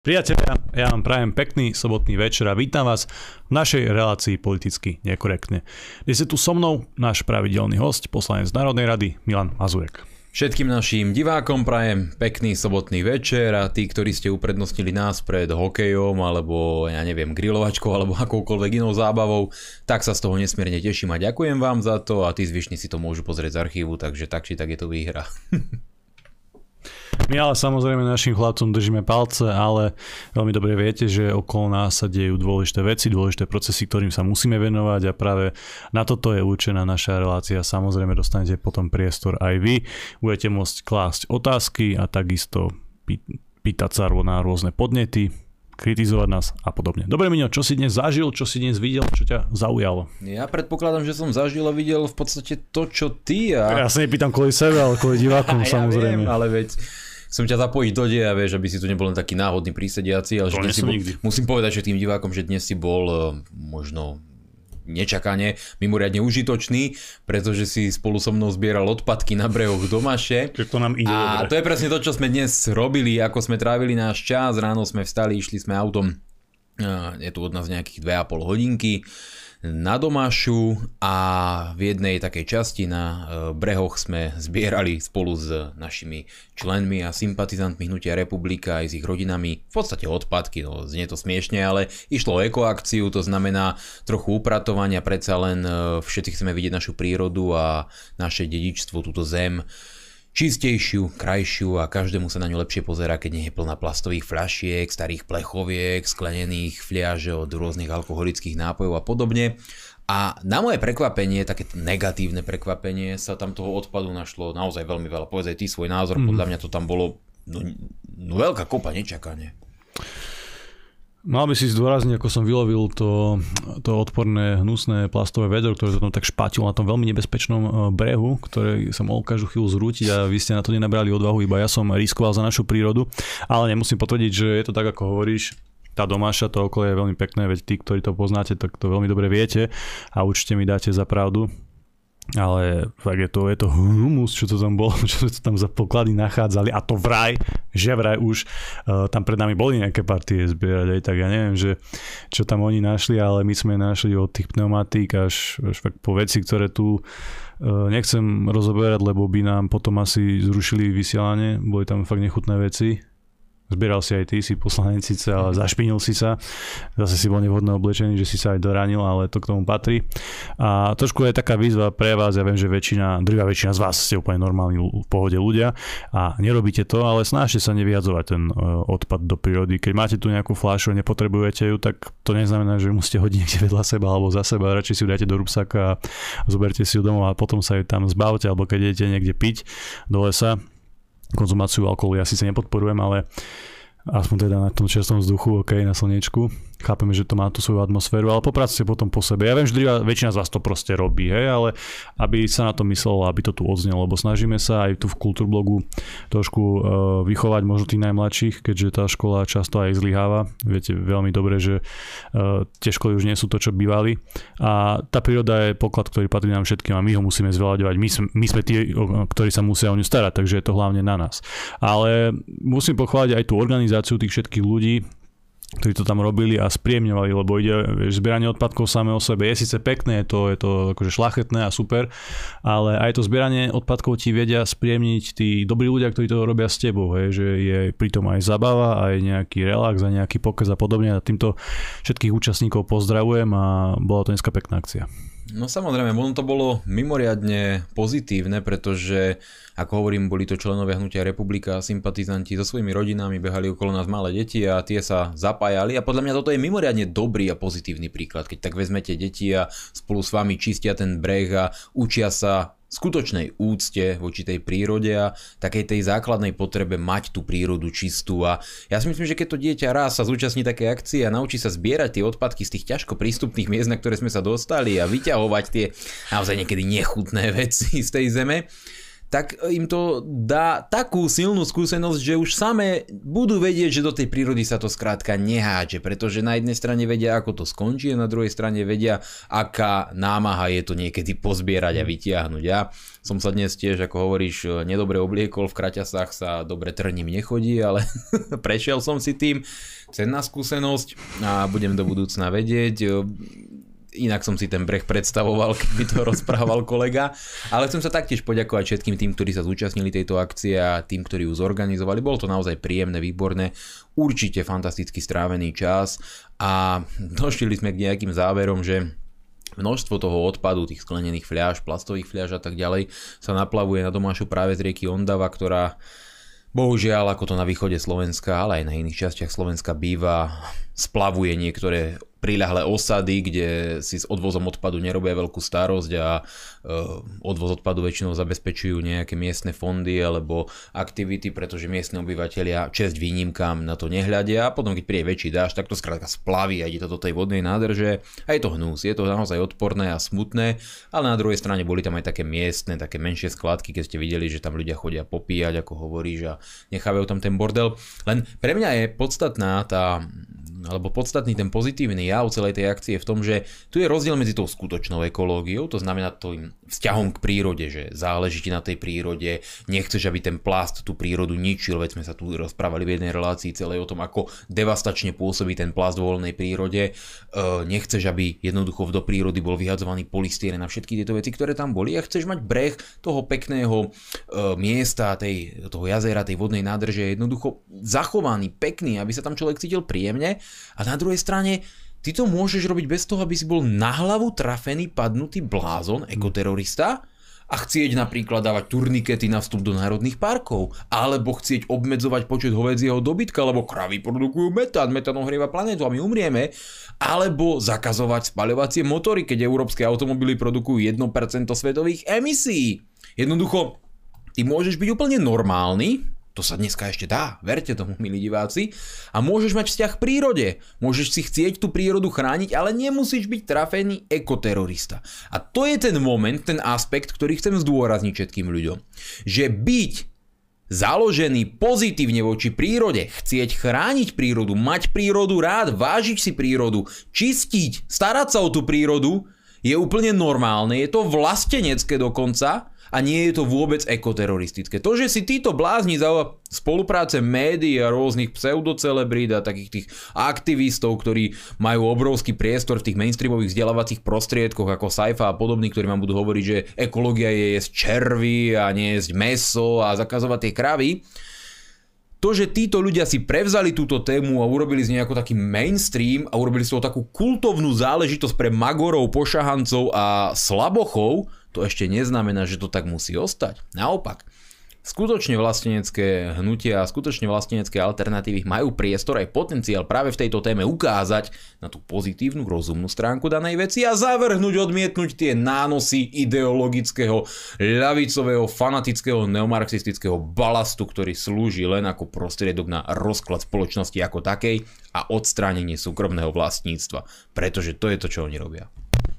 Priatelia, ja vám prajem pekný sobotný večer a vítam vás v našej relácii Politicky nekorektne. Dnes je tu so mnou náš pravidelný host, poslanec Národnej rady Milan Mazurek. Všetkým našim divákom prajem pekný sobotný večer a tí, ktorí ste uprednostnili nás pred hokejom alebo ja neviem, grilovačkou alebo akoukoľvek inou zábavou, tak sa z toho nesmierne teším a ďakujem vám za to a tí zvyšní si to môžu pozrieť z archívu, takže tak či tak je to výhra. My ale samozrejme našim chlapcom držíme palce, ale veľmi dobre viete, že okolo nás sa dejú dôležité veci, dôležité procesy, ktorým sa musíme venovať a práve na toto je určená naša relácia. Samozrejme dostanete potom priestor aj vy. Budete môcť klásť otázky a takisto pýtať sa na rôzne podnety, kritizovať nás a podobne. Dobre, Miňo, čo si dnes zažil, čo si dnes videl, čo ťa zaujalo? Ja predpokladám, že som zažil a videl v podstate to, čo ty a... Ja sa nepýtam kvôli sebe, ale kvôli divákom samozrejme. Ja viem, ale veď som ťa zapojiť do deja, vieš, aby si tu nebol len taký náhodný prísediaci, ale že dnes si bol, musím povedať, že tým divákom, že dnes si bol možno nečakane mimoriadne užitočný, pretože si spolu so mnou zbieral odpadky na brehoch Domaše. To nám ide a dobre. To je presne to, čo sme dnes robili, ako sme trávili náš čas. Ráno sme vstali, išli sme autom, je tu od nás nejakých 2,5 hodinky na Domašu a v jednej takej časti na brehoch sme zbierali spolu s našimi členmi a sympatizantmi Hnutia Republika aj s ich rodinami v podstate odpadky, no znie to smiešne, ale išlo o ekoakciu, to znamená trochu upratovania, predsa len všetci chceme vidieť našu prírodu a naše dedičstvo, túto zem čistejšiu, krajšiu a každému sa na ňu lepšie pozerá, keď nie je plná plastových fľašiek, starých plechoviek, sklenených fliaž od rôznych alkoholických nápojov a podobne. A na moje prekvapenie, také negatívne prekvapenie, sa tam toho odpadu našlo naozaj veľmi veľa. Povedz aj ty svoj názor, podľa mňa to tam bolo veľká kopa nečakane. Mal by si zdôrazniť, ako som vylovil to odporné, hnusné plastové vedro, ktoré sa tam tak špátilo na tom veľmi nebezpečnom brehu, ktoré sa mohol každú chvíľu zrútiť a vy ste na to nenabrali odvahu, iba ja som riskoval za našu prírodu. Ale nemusím potvrdiť, že je to tak, ako hovoríš. Tá Domáša, to okolie je veľmi pekné, veď tí, ktorí to poznáte, tak to veľmi dobre viete a určite mi dáte za pravdu. Ale fakt je to humus, čo to tam bolo, čo to tam za poklady nachádzali a to vraj už tam pred nami boli nejaké partie zbierať aj tak ja neviem, že čo tam oni našli, ale my sme našli od tých pneumatík až fakt po veci, ktoré tu nechcem rozoberať, lebo by nám potom asi zrušili vysielanie, boli tam fakt nechutné veci. Zbieral si aj ty, si poslanec síce, ale zašpinil si sa. Zase si bol nevhodne oblečený, že si sa aj doranil, ale to k tomu patrí. A trošku je taká výzva pre vás, ja viem, že drvivá väčšina z vás ste úplne normálni v pohode ľudia a nerobíte to, ale snažte sa nevyhadzovať ten odpad do prírody. Keď máte tu nejakú fľašu a nepotrebujete ju, tak to neznamená, že musíte hodiť niekde vedľa seba alebo za seba. Radšej si ju dajte do rúbsaka a zoberte si ju domov a potom sa ju tam zbavte, alebo keď idete niekde piť do lesa. Konzumáciu alkoholu ja síce nepodporujem, ale aspoň teda na tom čerstvom vzduchu, na slniečku. Chápeme, že to má tú svoju atmosféru, ale popracujte potom po sebe. Ja viem, že väčšina z vás to proste robí, ale aby sa na to myslelo, aby to tu odznelo, lebo snažíme sa aj tu v Kultúrblogu trošku vychovať možno tých najmladších, keďže tá škola často aj zlyháva. Viete veľmi dobre, že tie školy už nie sú to, čo bývali. A tá príroda je poklad, ktorý patrí nám všetkým a my ho musíme zveľaďovať. My sme tí, ktorí sa musia o ňu starať, takže je to hlavne na nás. Ale musím pochváliť aj tú organizáciu tých všetkých ľudí, ktorí to tam robili a spríjemňovali, lebo ide zbieranie odpadkov samé o sebe. Je síce pekné, je to akože šľachetné a super, ale aj to zbieranie odpadkov ti vedia spríjemniť tí dobrí ľudia, ktorí to robia s tebou, že je pritom aj zabava, aj nejaký relax a nejaký pokec a podobne. A týmto všetkých účastníkov pozdravujem a bola to dneska pekná akcia. No samozrejme, ono to bolo mimoriadne pozitívne, pretože, ako hovorím, boli to členovia Hnutia Republika a sympatizanti so svojimi rodinami, behali okolo nás malé deti a tie sa zapájali a podľa mňa toto je mimoriadne dobrý a pozitívny príklad, keď tak vezmete deti a spolu s vami čistia ten breh a učia sa skutočnej úcte voči tej prírode a takej tej základnej potrebe mať tú prírodu čistú. A ja si myslím, že keď to dieťa raz sa zúčastní také akcie a naučí sa zbierať tie odpadky z tých ťažko prístupných miest, na ktoré sme sa dostali a vyťahovať tie naozaj niekedy nechutné veci z tej zeme, tak im to dá takú silnú skúsenosť, že už samé budú vedieť, že do tej prírody sa to skrátka neháže, pretože na jednej strane vedia, ako to skončí, a na druhej strane vedia, aká námaha je to niekedy pozbierať a vytiahnuť. Ja som sa dnes tiež, ako hovoríš, nedobre obliekol, v kraťasách sa dobre trním nechodí, ale prešiel som si tým, cenná skúsenosť a budem do budúcna vedieť. Inak som si ten breh predstavoval, keď by to rozprával kolega. Ale chcem sa taktiež poďakovať všetkým tým, ktorí sa zúčastnili tejto akcie a tým, ktorí ju zorganizovali. Bolo to naozaj príjemné, výborné, určite fantasticky strávený čas a došli sme k nejakým záverom, že množstvo toho odpadu, tých sklenených fľaš, plastových fľaš a tak ďalej sa naplavuje na Domášu práve z rieky Ondava, ktorá bohužiaľ, ako to na východe Slovenska, ale aj na iných častiach Slovenska býva, splavuje niektoré priľahlé osady, kde si s odvozom odpadu nerobia veľkú starosť a odvoz odpadu väčšinou zabezpečujú nejaké miestne fondy alebo aktivity, pretože miestne obyvateľia, česť výnimkám, na to nehľadia a potom keď príde väčší dážď, tak to skrátka splaví a ide to do tej vodnej nádrže a je to hnus, je to naozaj odporné a smutné, ale na druhej strane boli tam aj také miestne, také menšie skladky, keď ste videli, že tam ľudia chodia popíjať, ako hovoríš, a nechávajú tam ten bordel. Len pre mňa je podstatný ten pozitívny jav celej tej akcie v tom, že tu je rozdiel medzi tou skutočnou ekológiou, to znamená tým vzťahom k prírode, že záleží ti na tej prírode, nechceš, aby ten plast tú prírodu ničil, veď sme sa tu rozprávali v jednej relácii celej o tom, ako devastačne pôsobí ten plast vo voľnej prírode, nechceš, aby jednoducho do prírody bol vyhadzovaný polystyren na všetky tieto veci, ktoré tam boli, a chceš mať breh toho pekného miesta, toho jazera, tej vodnej nádrže jednoducho zachovaný, pekný, aby sa tam človek cítil príjemne. A na druhej strane ty to môžeš robiť bez toho, aby si bol na hlavu trafený, padnutý blázon, ekoterorista a chcieť napríklad dávať turnikety na vstup do národných parkov, alebo chcieť obmedzovať počet hovädzieho dobytka, lebo kravy produkujú metán ohrieva planétu a my umrieme, alebo zakazovať spaľovacie motory, keď európske automobily produkujú 1% svetových emisí. Jednoducho, ty môžeš byť úplne normálny, to sa dneska ešte dá, verte tomu, milí diváci, a môžeš mať vzťah k prírode. Môžeš si chcieť tú prírodu chrániť, ale nemusíš byť trafený ekoterorista. A to je ten moment, ten aspekt, ktorý chcem zdôrazniť všetkým ľuďom. Že byť založený pozitívne voči prírode, chcieť chrániť prírodu, mať prírodu rád, vážiť si prírodu, čistiť, starať sa o tú prírodu, je úplne normálne, je to vlastenecké dokonca, a nie je to vôbec ekoteroristické. To, že si títo blázni za spolupráce médií a rôznych pseudocelebrít a takých tých aktivistov, ktorí majú obrovský priestor v tých mainstreamových vzdelávacích prostriedkoch ako Saifa a podobní, ktorí vám budú hovoriť, že ekológia je jesť červy a nie jesť mäso a zakazovať tie kravy. To, že títo ľudia si prevzali túto tému a urobili z nej ako taký mainstream a urobili z toho takú kultovnú záležitosť pre magorov, pošahancov a slabochov, to ešte neznamená, že to tak musí ostať. Naopak, skutočne vlastenecké hnutia a skutočne vlastenecké alternatívy majú priestor aj potenciál práve v tejto téme ukázať na tú pozitívnu, rozumnú stránku danej veci a zavrhnúť, odmietnúť tie nánosy ideologického, ľavicového, fanatického, neomarxistického balastu, ktorý slúži len ako prostriedok na rozklad spoločnosti ako takej a odstránenie súkromného vlastníctva. Pretože to je to, čo oni robia.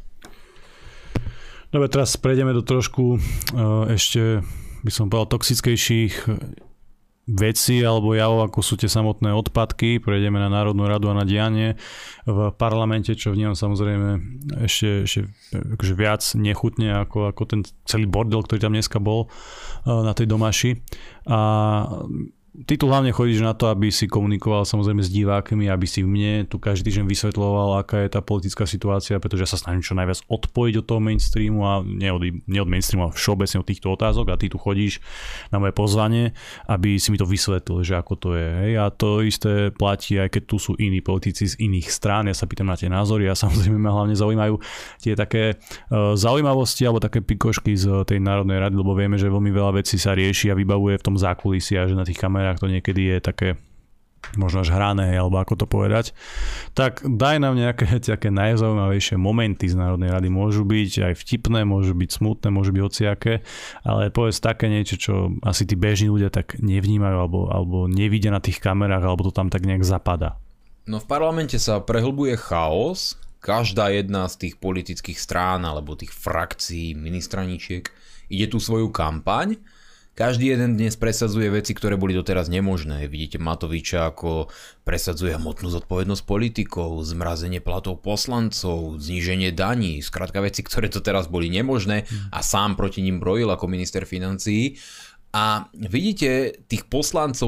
Dobre, teraz prejdeme do trošku ešte, by som povedal, toxickejších vecí alebo javov, ako sú tie samotné odpadky. Prejdeme na Národnú radu a na dianie v parlamente, čo vnímam samozrejme ešte akože viac nechutne ako ten celý bordel, ktorý tam dneska bol na tej Domaši. A ty tu hlavne chodíš na to, aby si komunikoval samozrejme s divákmi, aby si mne tu každý týždeň vysvetľoval, aká je tá politická situácia, pretože ja sa snažím čo najviac odpojiť od toho mainstreamu a nie od mainstreamu, ale všeobecne od týchto otázok, a ty tu chodíš na moje pozvanie, aby si mi to vysvetlil, že ako to je. Hej? A to isté platí, aj keď tu sú iní politici z iných strán, ja sa pýtam na tie názory a samozrejme ma hlavne zaujímajú tie také zaujímavosti alebo také pikošky z tej Národnej rady, lebo vieme, že veľmi veľa vecí sa rieši a vybavuje v tom zákulisí a že na tých kamerách to niekedy je také možno až hrané, alebo ako to povedať. Tak daj nám nejaké také najzaujímavejšie momenty z Národnej rady. Môžu byť aj vtipné, môžu byť smutné, môžu byť hociaké, ale povedz také niečo, čo asi tí bežní ľudia tak nevnímajú alebo nevidia na tých kamerách, alebo to tam tak nejak zapadá. No v parlamente sa prehlbuje chaos. Každá jedna z tých politických strán alebo tých frakcií, ministraničiek ide tú svoju kampaň Každý jeden dnes presadzuje veci, ktoré boli doteraz nemožné. Vidíte Matoviča, ako presadzuje hmotnú zodpovednosť politikov, zmrazenie platov poslancov, zníženie daní, skrátka veci, ktoré doteraz boli nemožné a sám proti ním brojil ako minister financií. A vidíte tých poslancov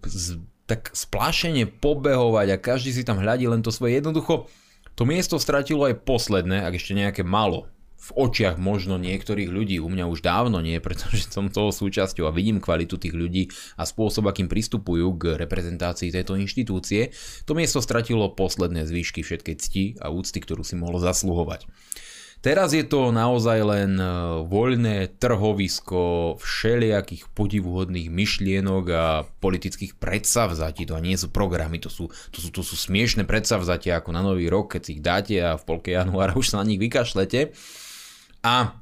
tak splášene pobehovať a každý si tam hľadí len to svoje. Jednoducho to miesto stratilo aj posledné, ak ešte nejaké malo. V očiach možno niektorých ľudí, u mňa už dávno nie, pretože som toho súčasťou a vidím kvalitu tých ľudí a spôsob, akým pristupujú k reprezentácii tejto inštitúcie, to miesto stratilo posledné zvýšky všetkej cti a úcty, ktorú si mohlo zasluhovať. Teraz je to naozaj len voľné trhovisko všelijakých podivuhodných myšlienok a politických predsavzatí. To nie sú programy, to sú smiešné predsavzatia ako na Nový rok, keď si ich dáte a v polke januára už sa na nich vykašlete. A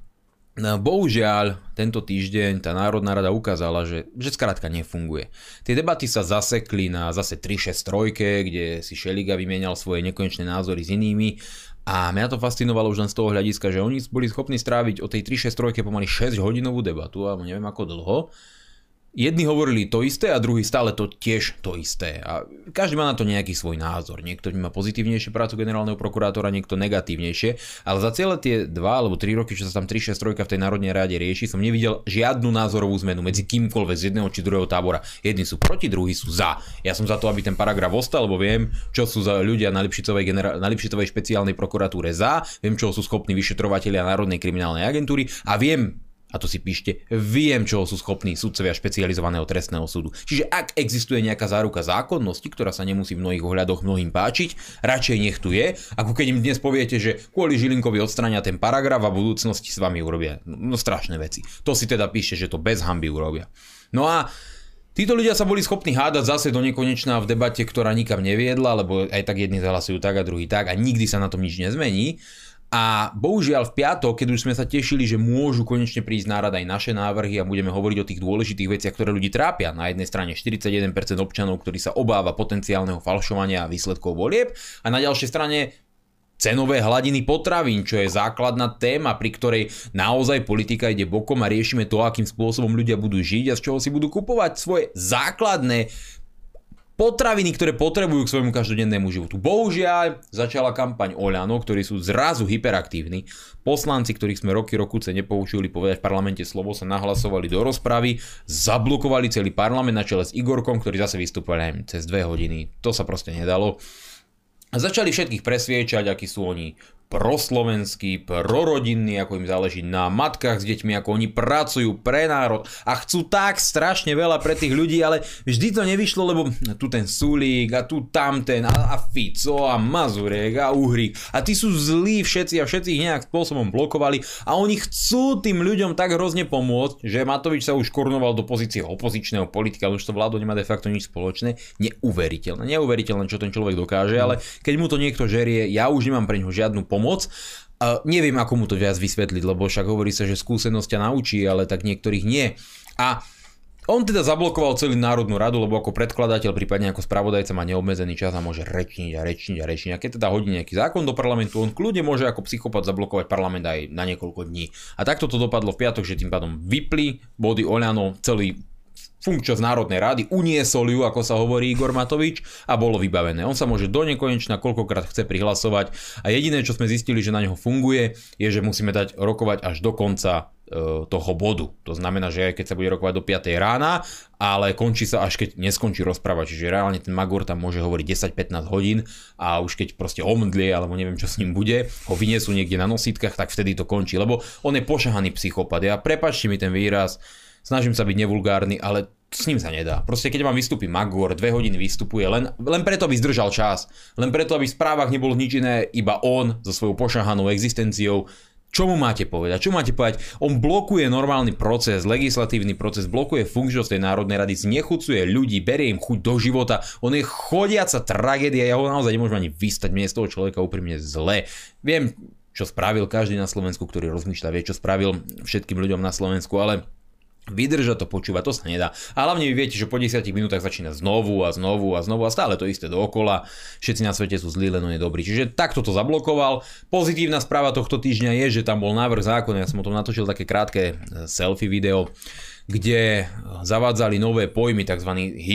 bohužiaľ, tento týždeň tá Národná rada ukázala, že skrátka nefunguje. Tie debaty sa zasekli na zase 3-6-3, kde si Šeliga vymienial svoje nekonečné názory s inými. A mňa to fascinovalo už len z toho hľadiska, že oni boli schopní stráviť o tej 3-6-3 pomaly 6-hodinovú debatu, alebo neviem ako dlho. Jedni hovorili to isté a druhý stále to tiež to isté. A každý má na to nejaký svoj názor. Niekto má pozitívnejšie prácu generálneho prokurátora, niekto negatívnejšie. Ale za celé tie 2 alebo 3 roky, čo sa tam 3-6-3 v tej Národnej rade rieši, som nevidel žiadnu názorovú zmenu medzi kýmkoľvek z jedného či druhého tábora. Jedni sú proti, druhí sú za. Ja som za to, aby ten paragraf ostal, lebo viem, čo sú za ľudia na Lipšicovej špeciálnej prokuratúre za, viem, čo sú schopní vyšetrovatelia Národnej kriminálnej agentúry a viem, a to si píšte, viem, čo sú schopní sudcovia špecializovaného trestného súdu. Čiže ak existuje nejaká záruka zákonnosti, ktorá sa nemusí v mnohých ohľadoch mnohým páčiť, radšej nech tu je, ako keď im dnes poviete, že kvôli Žilinkovi odstrania ten paragraf a v budúcnosti s vami urobia strašné veci. To si teda píšte, že to bez hanby urobia. No a títo ľudia sa boli schopní hádať zase do nekonečna v debate, ktorá nikam neviedla, lebo aj tak jedni zahlasujú tak a druhý tak a nikdy sa na tom nič nezmení. A bohužiaľ v piatok, keď už sme sa tešili, že môžu konečne prísť nárad aj naše návrhy a budeme hovoriť o tých dôležitých veciach, ktoré ľudí trápia. Na jednej strane 41% občanov, ktorí sa obáva potenciálneho falšovania výsledkov volieb a na ďalšej strane cenové hladiny potravín, čo je základná téma, pri ktorej naozaj politika ide bokom a riešime to, akým spôsobom ľudia budú žiť a z čoho si budú kupovať svoje základné potraviny, ktoré potrebujú k svojmu každodennému životu. Bohužiaľ, začala kampaň Oľano, ktorí sú zrazu hyperaktívni. Poslanci, ktorých sme roky nepoučili povedať v parlamente slovo, sa nahlasovali do rozpravy, zablokovali celý parlament na čele s Igorkom, ktorý zase vystupovali cez 2 hodiny. To sa proste nedalo. A začali všetkých presviečať, akí sú oni proslovenskí, prorodinní, ako im záleží na matkách s deťmi, ako oni pracujú pre národ a chcú tak strašne veľa pre tých ľudí, ale vždy to nevyšlo, lebo tu ten Sulík a tu tamten a Fico a Mazurek a Uhrík a tí sú zlí všetci a všetci ich nejak spôsobom blokovali a oni chcú tým ľuďom tak hrozne pomôcť, že Matovič sa už korunoval do pozície opozičného politika, už to vládu nemá de facto nič spoločné. Neuveriteľné, čo ten človek dokáže, ale keď mu to niekto žerie, ja už nemám pre ňoho žiadnu pomoc. Neviem, ako mu to viac vysvetliť, lebo však hovorí sa, že skúsenosť ťa naučí, ale tak niektorých nie. A on teda zablokoval celú Národnú radu, lebo ako predkladateľ, prípadne ako spravodajca má neobmedzený čas a môže rečniť. A keď teda hodí nejaký zákon do parlamentu, on kľudne môže ako psychopat zablokovať parlament aj na niekoľko dní. A takto to dopadlo v piatok, že tým pádom vypli body Oľano, celý funkčnosť Národnej rady, uniesol ju, ako sa hovorí Igor Matovič a bolo vybavené. On sa môže do nekonečna koľkokrát chce prihlasovať a jediné, čo sme zistili, že na neho funguje, je, že musíme dať rokovať až do konca toho bodu. To znamená, že aj keď sa bude rokovať do 5 rána, ale končí sa až keď neskončí rozpráva, čiže reálne ten Magor tam môže hovoriť 10-15 hodín a už keď proste omdlie, alebo neviem čo s ním bude, ho vyniesú niekde na nosítkach, tak vtedy to končí, lebo on je pošahaný psychopat. Ja prepáčte mi ten výraz, snažím sa byť nevulgárny, ale s ním sa nedá. Proste keď vám vystúpi Magor, 2 hodiny vystupuje len preto, aby zdržal čas. Len preto, aby v správach nebolo nič iné, iba on so svojou pošahanou existenciou. Čo mu máte povedať? On blokuje normálny proces, legislatívny proces, blokuje funkčnosť tej Národnej rady, znechucuje ľudí, berie im chuť do života. On je chodiaca tragédia, ja ho naozaj nemôžem ani vystať, mne je z toho človeka úprimne zle. Viem, čo spravil každý na Slovensku, ktorý rozmýšľa, vie, čo spravil všetkým ľuďom na Slovensku, ale vydržať to počúvať, to sa nedá. A hlavne vy viete, že po 10 minútach začína znovu a stále to isté dookola. Všetci na svete sú zlí, len on je dobrý. Čiže takto to zablokoval. Pozitívna správa tohto týždňa je, že tam bol návrh zákona, ja som o tom natočil také krátke selfie video, kde zavádzali nové pojmy, tzv.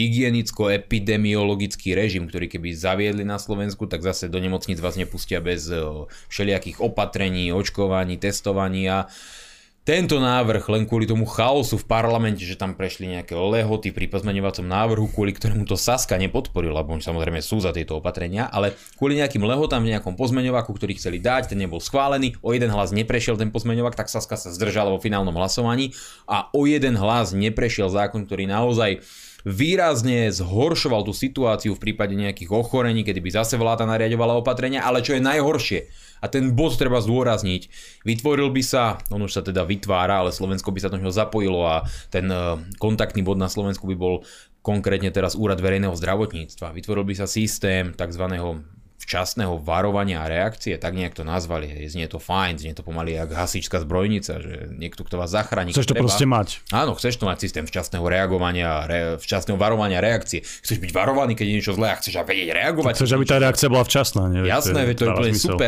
Hygienicko-epidemiologický režim, ktorý keby zaviedli na Slovensku, tak zase do nemocníc vás nepustia bez všelijakých opatrení, očkovaní, testovaní a tento návrh len kvôli tomu chaosu v parlamente, že tam prešli nejaké lehoty pri pozmeňovacom návrhu, kvôli ktorému to Saska nepodporila, lebo samozrejme sú za tieto opatrenia, ale kvôli nejakým lehotám v nejakom pozmeňovaku, ktorý chceli dať, ten nebol schválený, o jeden hlas neprešiel ten pozmeňovak, tak Saska sa zdržala vo finálnom hlasovaní a o jeden hlas neprešiel zákon, ktorý naozaj výrazne zhoršoval tú situáciu v prípade nejakých ochorení, kedy by zase vláda nariaďovala opatrenia, ale čo je najhoršie, a ten bod treba zdôrazniť, vytvoril by sa, on už sa teda vytvára, ale Slovensko by sa do neho zapojilo a ten kontaktný bod na Slovensku by bol konkrétne teraz Úrad verejného zdravotníctva. Vytvoril by sa systém takzvaného včasného varovania a reakcie, tak nejak to nazvali. Znie to fajn, znie to pomaly jak hasičská zbrojnica, že niekto, kto vás zachráni. Chceš to proste mať. Áno, chceš to mať systém včasného reagovania, včasného varovania a reakcie. Chceš byť varovaný, keď je niečo zlé a chceš vedieť reagovať. Chceš, aby tá reakcia bola včasná. Jasné, to je úplne super.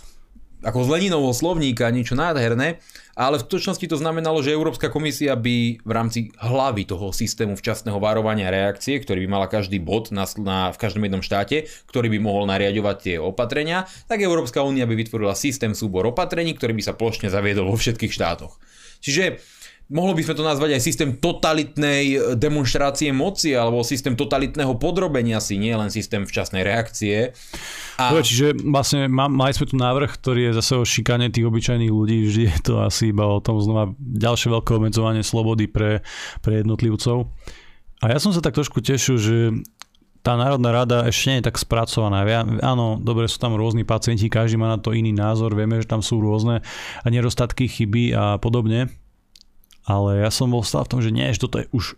Ako z Leninovho slovníka niečo nádherné, ale v skutočnosti to znamenalo, že Európska komisia by v rámci hlavy toho systému včasného varovania a reakcie, ktorý by mala každý bod v každom jednom štáte, ktorý by mohol nariaďovať tie opatrenia, tak Európska únia by vytvorila systém súbor opatrení, ktorý by sa plošne zaviedol vo všetkých štátoch. Čiže mohlo by sme to nazvať aj systém totalitnej demonštrácie moci alebo systém totalitného podrobenia si, nie len systém včasnej reakcie. Čiže vlastne mali sme tu návrh, ktorý je zase o šikane tých obyčajných ľudí, vždy je to asi iba o tom znova ďalšie veľké obmedzovanie slobody pre jednotlivcov. A ja som sa tak trošku tešil, že tá Národná rada ešte nie je tak spracovaná. Áno, dobre, sú tam rôzni pacienti, každý má na to iný názor, vieme, že tam sú rôzne nedostatky, chyby a podobne. Ale ja som bol stále v tom, že nie, že toto je už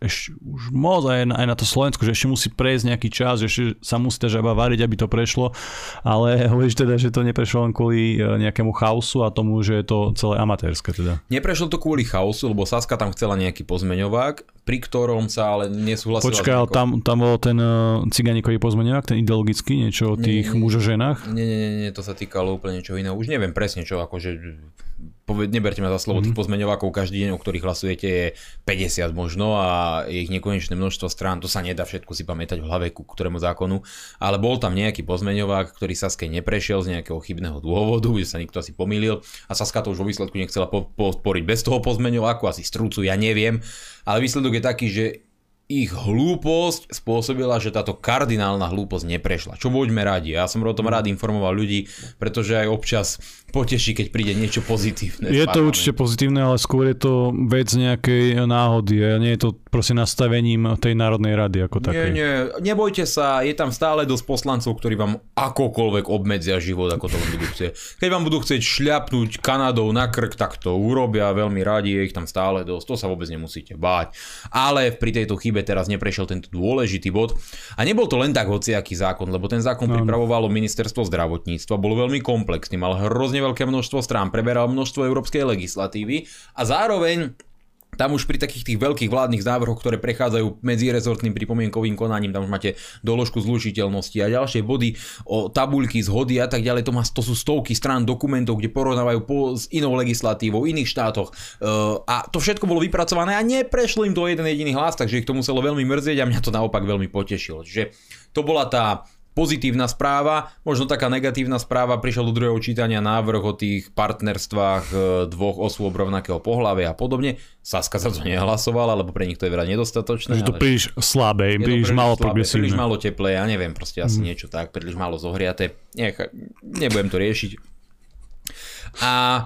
moc aj na to Slovensku, že ešte musí prejsť nejaký čas, že ešte sa musí tá žaba variť, aby to prešlo, ale hovoríš teda, že to neprešlo len kvôli nejakému chaosu a tomu, že je to celé amatérske teda. Neprešlo to kvôli chaosu, lebo Saska tam chcela nejaký pozmeňovák, pri ktorom sa ale nesúhlasila. Počkaj, ale tam bol ten cigánikový pozmeňovák, ten ideologický, niečo o tých mužoženách? Nie, to sa týkalo úplne niečo iného. Už neviem presne čo, akože neberte ma za slovo, tých pozmeňovákov každý deň, o ktorých hlasujete, je 50 možno a je ich nekonečné množstvo strán, to sa nedá všetko si pamätať v hlave ku ktorému zákonu, ale bol tam nejaký pozmeňovák, ktorý Saske neprešiel z nejakého chybného dôvodu, že sa nikto asi pomýlil a Saska to už vo výsledku nechcela podporiť bez toho pozmeňováku, asi strúcu, ja neviem, ale výsledok je taký, že ich hlúposť spôsobila, že táto kardinálna hlúposť neprešla. Čo buďme radi. Ja som o tom rád informoval ľudí, pretože aj občas poteší, keď príde niečo pozitívne. Je to určite pozitívne, ale skôr je to vec nejakej náhody. Nie je to proste nastavením tej Národnej rady ako také. Nie, nebojte sa, je tam stále dosť poslancov, ktorí vám akokoľvek obmedzia život, ako to len budú chcieť. Keď vám budú chcieť šľapnúť Kanadou na krk, tak to urobia veľmi radi, je ich tam stále dosť, to sa vôbec nemusíte báť. Ale pri tejto chybe teraz neprešiel tento dôležitý bod. A nebol to len tak hociaký zákon, lebo ten zákon pripravovalo ministerstvo zdravotníctva, bol veľmi komplexný, mal hrozne veľké množstvo strán, preberal množstvo európskej legislatívy a zároveň tam už pri takých tých veľkých vládnych návrhoch, ktoré prechádzajú medzirezortným pripomienkovým konaním, tam už máte doložku zlučiteľnosti a ďalšie body o tabuľky, zhody a tak ďalej, to sú stovky strán dokumentov, kde porovnávajú s inou legislatívou v iných štátoch a to všetko bolo vypracované a neprešlo im to jeden jediný hlas, takže ich to muselo veľmi mrzieť a mňa to naopak veľmi potešilo. Čiže to bola tá pozitívna správa, možno taká negatívna správa, prišiel do druhého čítania návrh o tých partnerstvách dvoch osôb rovnakého pohlavia a podobne. Saska za to nehlasovala, lebo pre nich to je veľa nedostatočné. Je to príliš slabé, príliš málo progresívne. Príliš málo teplé, ja neviem, proste asi niečo tak, príliš málo zohriaté. Nebudem to riešiť. A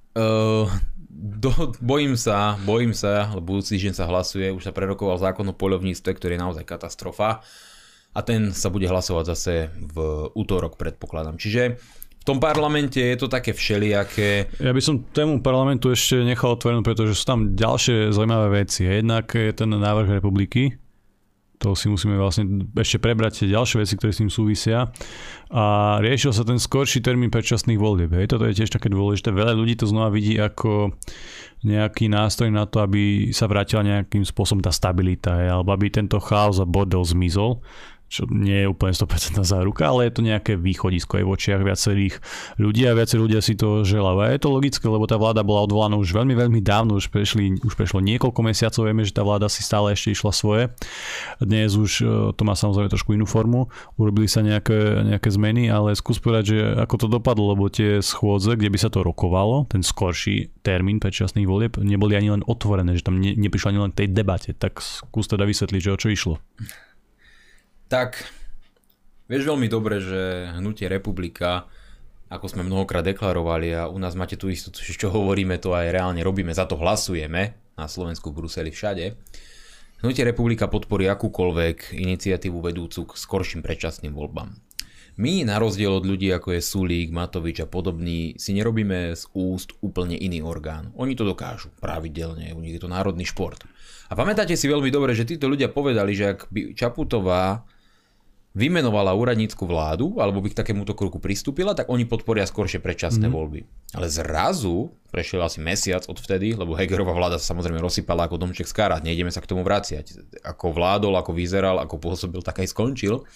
bojím sa, lebo budúci týždeň sa hlasuje, už sa prerokoval zákon o poľovníctve, ktorý je naozaj katastrofa. A ten sa bude hlasovať zase v útorok, predpokladám. Čiže v tom parlamente je to také všelijaké. Ja by som tému parlamentu ešte nechal otvorenú, pretože sú tam ďalšie zaujímavé veci. Jednak je ten návrh republiky. To si musíme vlastne ešte prebrať tie ďalšie veci, ktoré s tým súvisia. A riešil sa ten skorší termín predčasných volieb. Toto je tiež také dôležité. Veľa ľudí to znova vidí ako nejaký nástroj na to, aby sa vrátila nejakým spôsobom tá stabilita, alebo aby tento chaos a bordel zmizol. čo nie je úplne 100% záruka, ale je to nejaké východisko aj v očiach viacerých ľudí a viacerí ľudia si to želajú. A je to logické, lebo tá vláda bola odvolaná už veľmi, veľmi dávno, už prešlo niekoľko mesiacov, vieme, že tá vláda si stále ešte išla svoje. Dnes už to má samozrejme trošku inú formu, urobili sa nejaké zmeny, ale skús povedať, že ako to dopadlo, lebo tie schôdze, kde by sa to rokovalo, ten skorší termín predčasných volieb, neboli ani len otvorené, že tam neprišlo ani len k tej debate, tak skús teda vysvetliť, že o čo išlo. Tak, vieš veľmi dobre, že hnutie Republika, ako sme mnohokrát deklarovali a u nás máte tú istotu, čo hovoríme, to aj reálne robíme, za to hlasujeme, na Slovensku, v Bruseli, všade. Hnutie Republika podporí akúkoľvek iniciatívu vedúcu k skorším predčasným voľbám. My, na rozdiel od ľudí ako je Sulík, Matovič a podobní, si nerobíme z úst úplne iný orgán. Oni to dokážu pravidelne, u nich je to národný šport. A pamätáte si veľmi dobre, že títo ľudia povedali, že ak by Čaputová vymenovala úradnícku vládu, alebo by k takémuto kroku pristúpila, tak oni podporia skoršie predčasné voľby. Ale zrazu, prešiel asi mesiac odvtedy, lebo Hegerová vláda sa samozrejme rozsypala ako domček z karát, nejdeme sa k tomu vraciať. Ako vládol, ako vyzeral, ako pôsobil, tak aj skončil.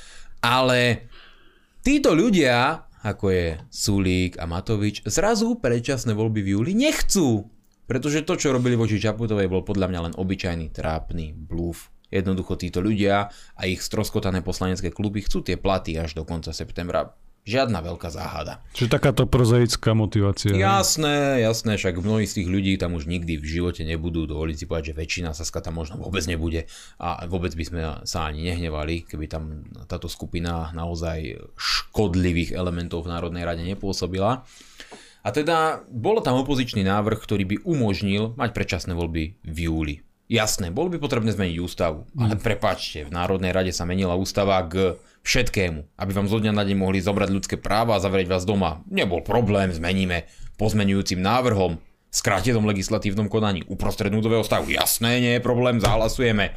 Ale títo ľudia, ako je Sulík a Matovič, zrazu predčasné voľby v júli nechcú. Pretože to, čo robili voči Čaputovej, bol podľa mňa len obyčajný trápny blúf. Jednoducho títo ľudia a ich stroskotané poslanecké kluby chcú tie platy až do konca septembra. Žiadna veľká záhada. Čiže takáto prozaická motivácia. Jasné, však mnohí z tých ľudí tam už nikdy v živote nebudú. Dovoliť si povedať, že väčšina Saska tam možno vôbec nebude a vôbec by sme sa ani nehnevali, keby tam táto skupina naozaj škodlivých elementov v Národnej rade nepôsobila. A teda bol tam opozičný návrh, ktorý by umožnil mať predčasné voľby v júli. Jasné, bolo by potrebné zmeniť ústavu, ale prepáčte, v Národnej rade sa menila ústava k všetkému, aby vám zo dňa na deň mohli zobrať ľudské práva a zavrieť vás doma. Nebol problém, zmeníme pozmeňujúcim návrhom, skrátenom legislatívnom konaní, uprostred núdzového stavu. Jasné, nie je problém, zahlasujeme.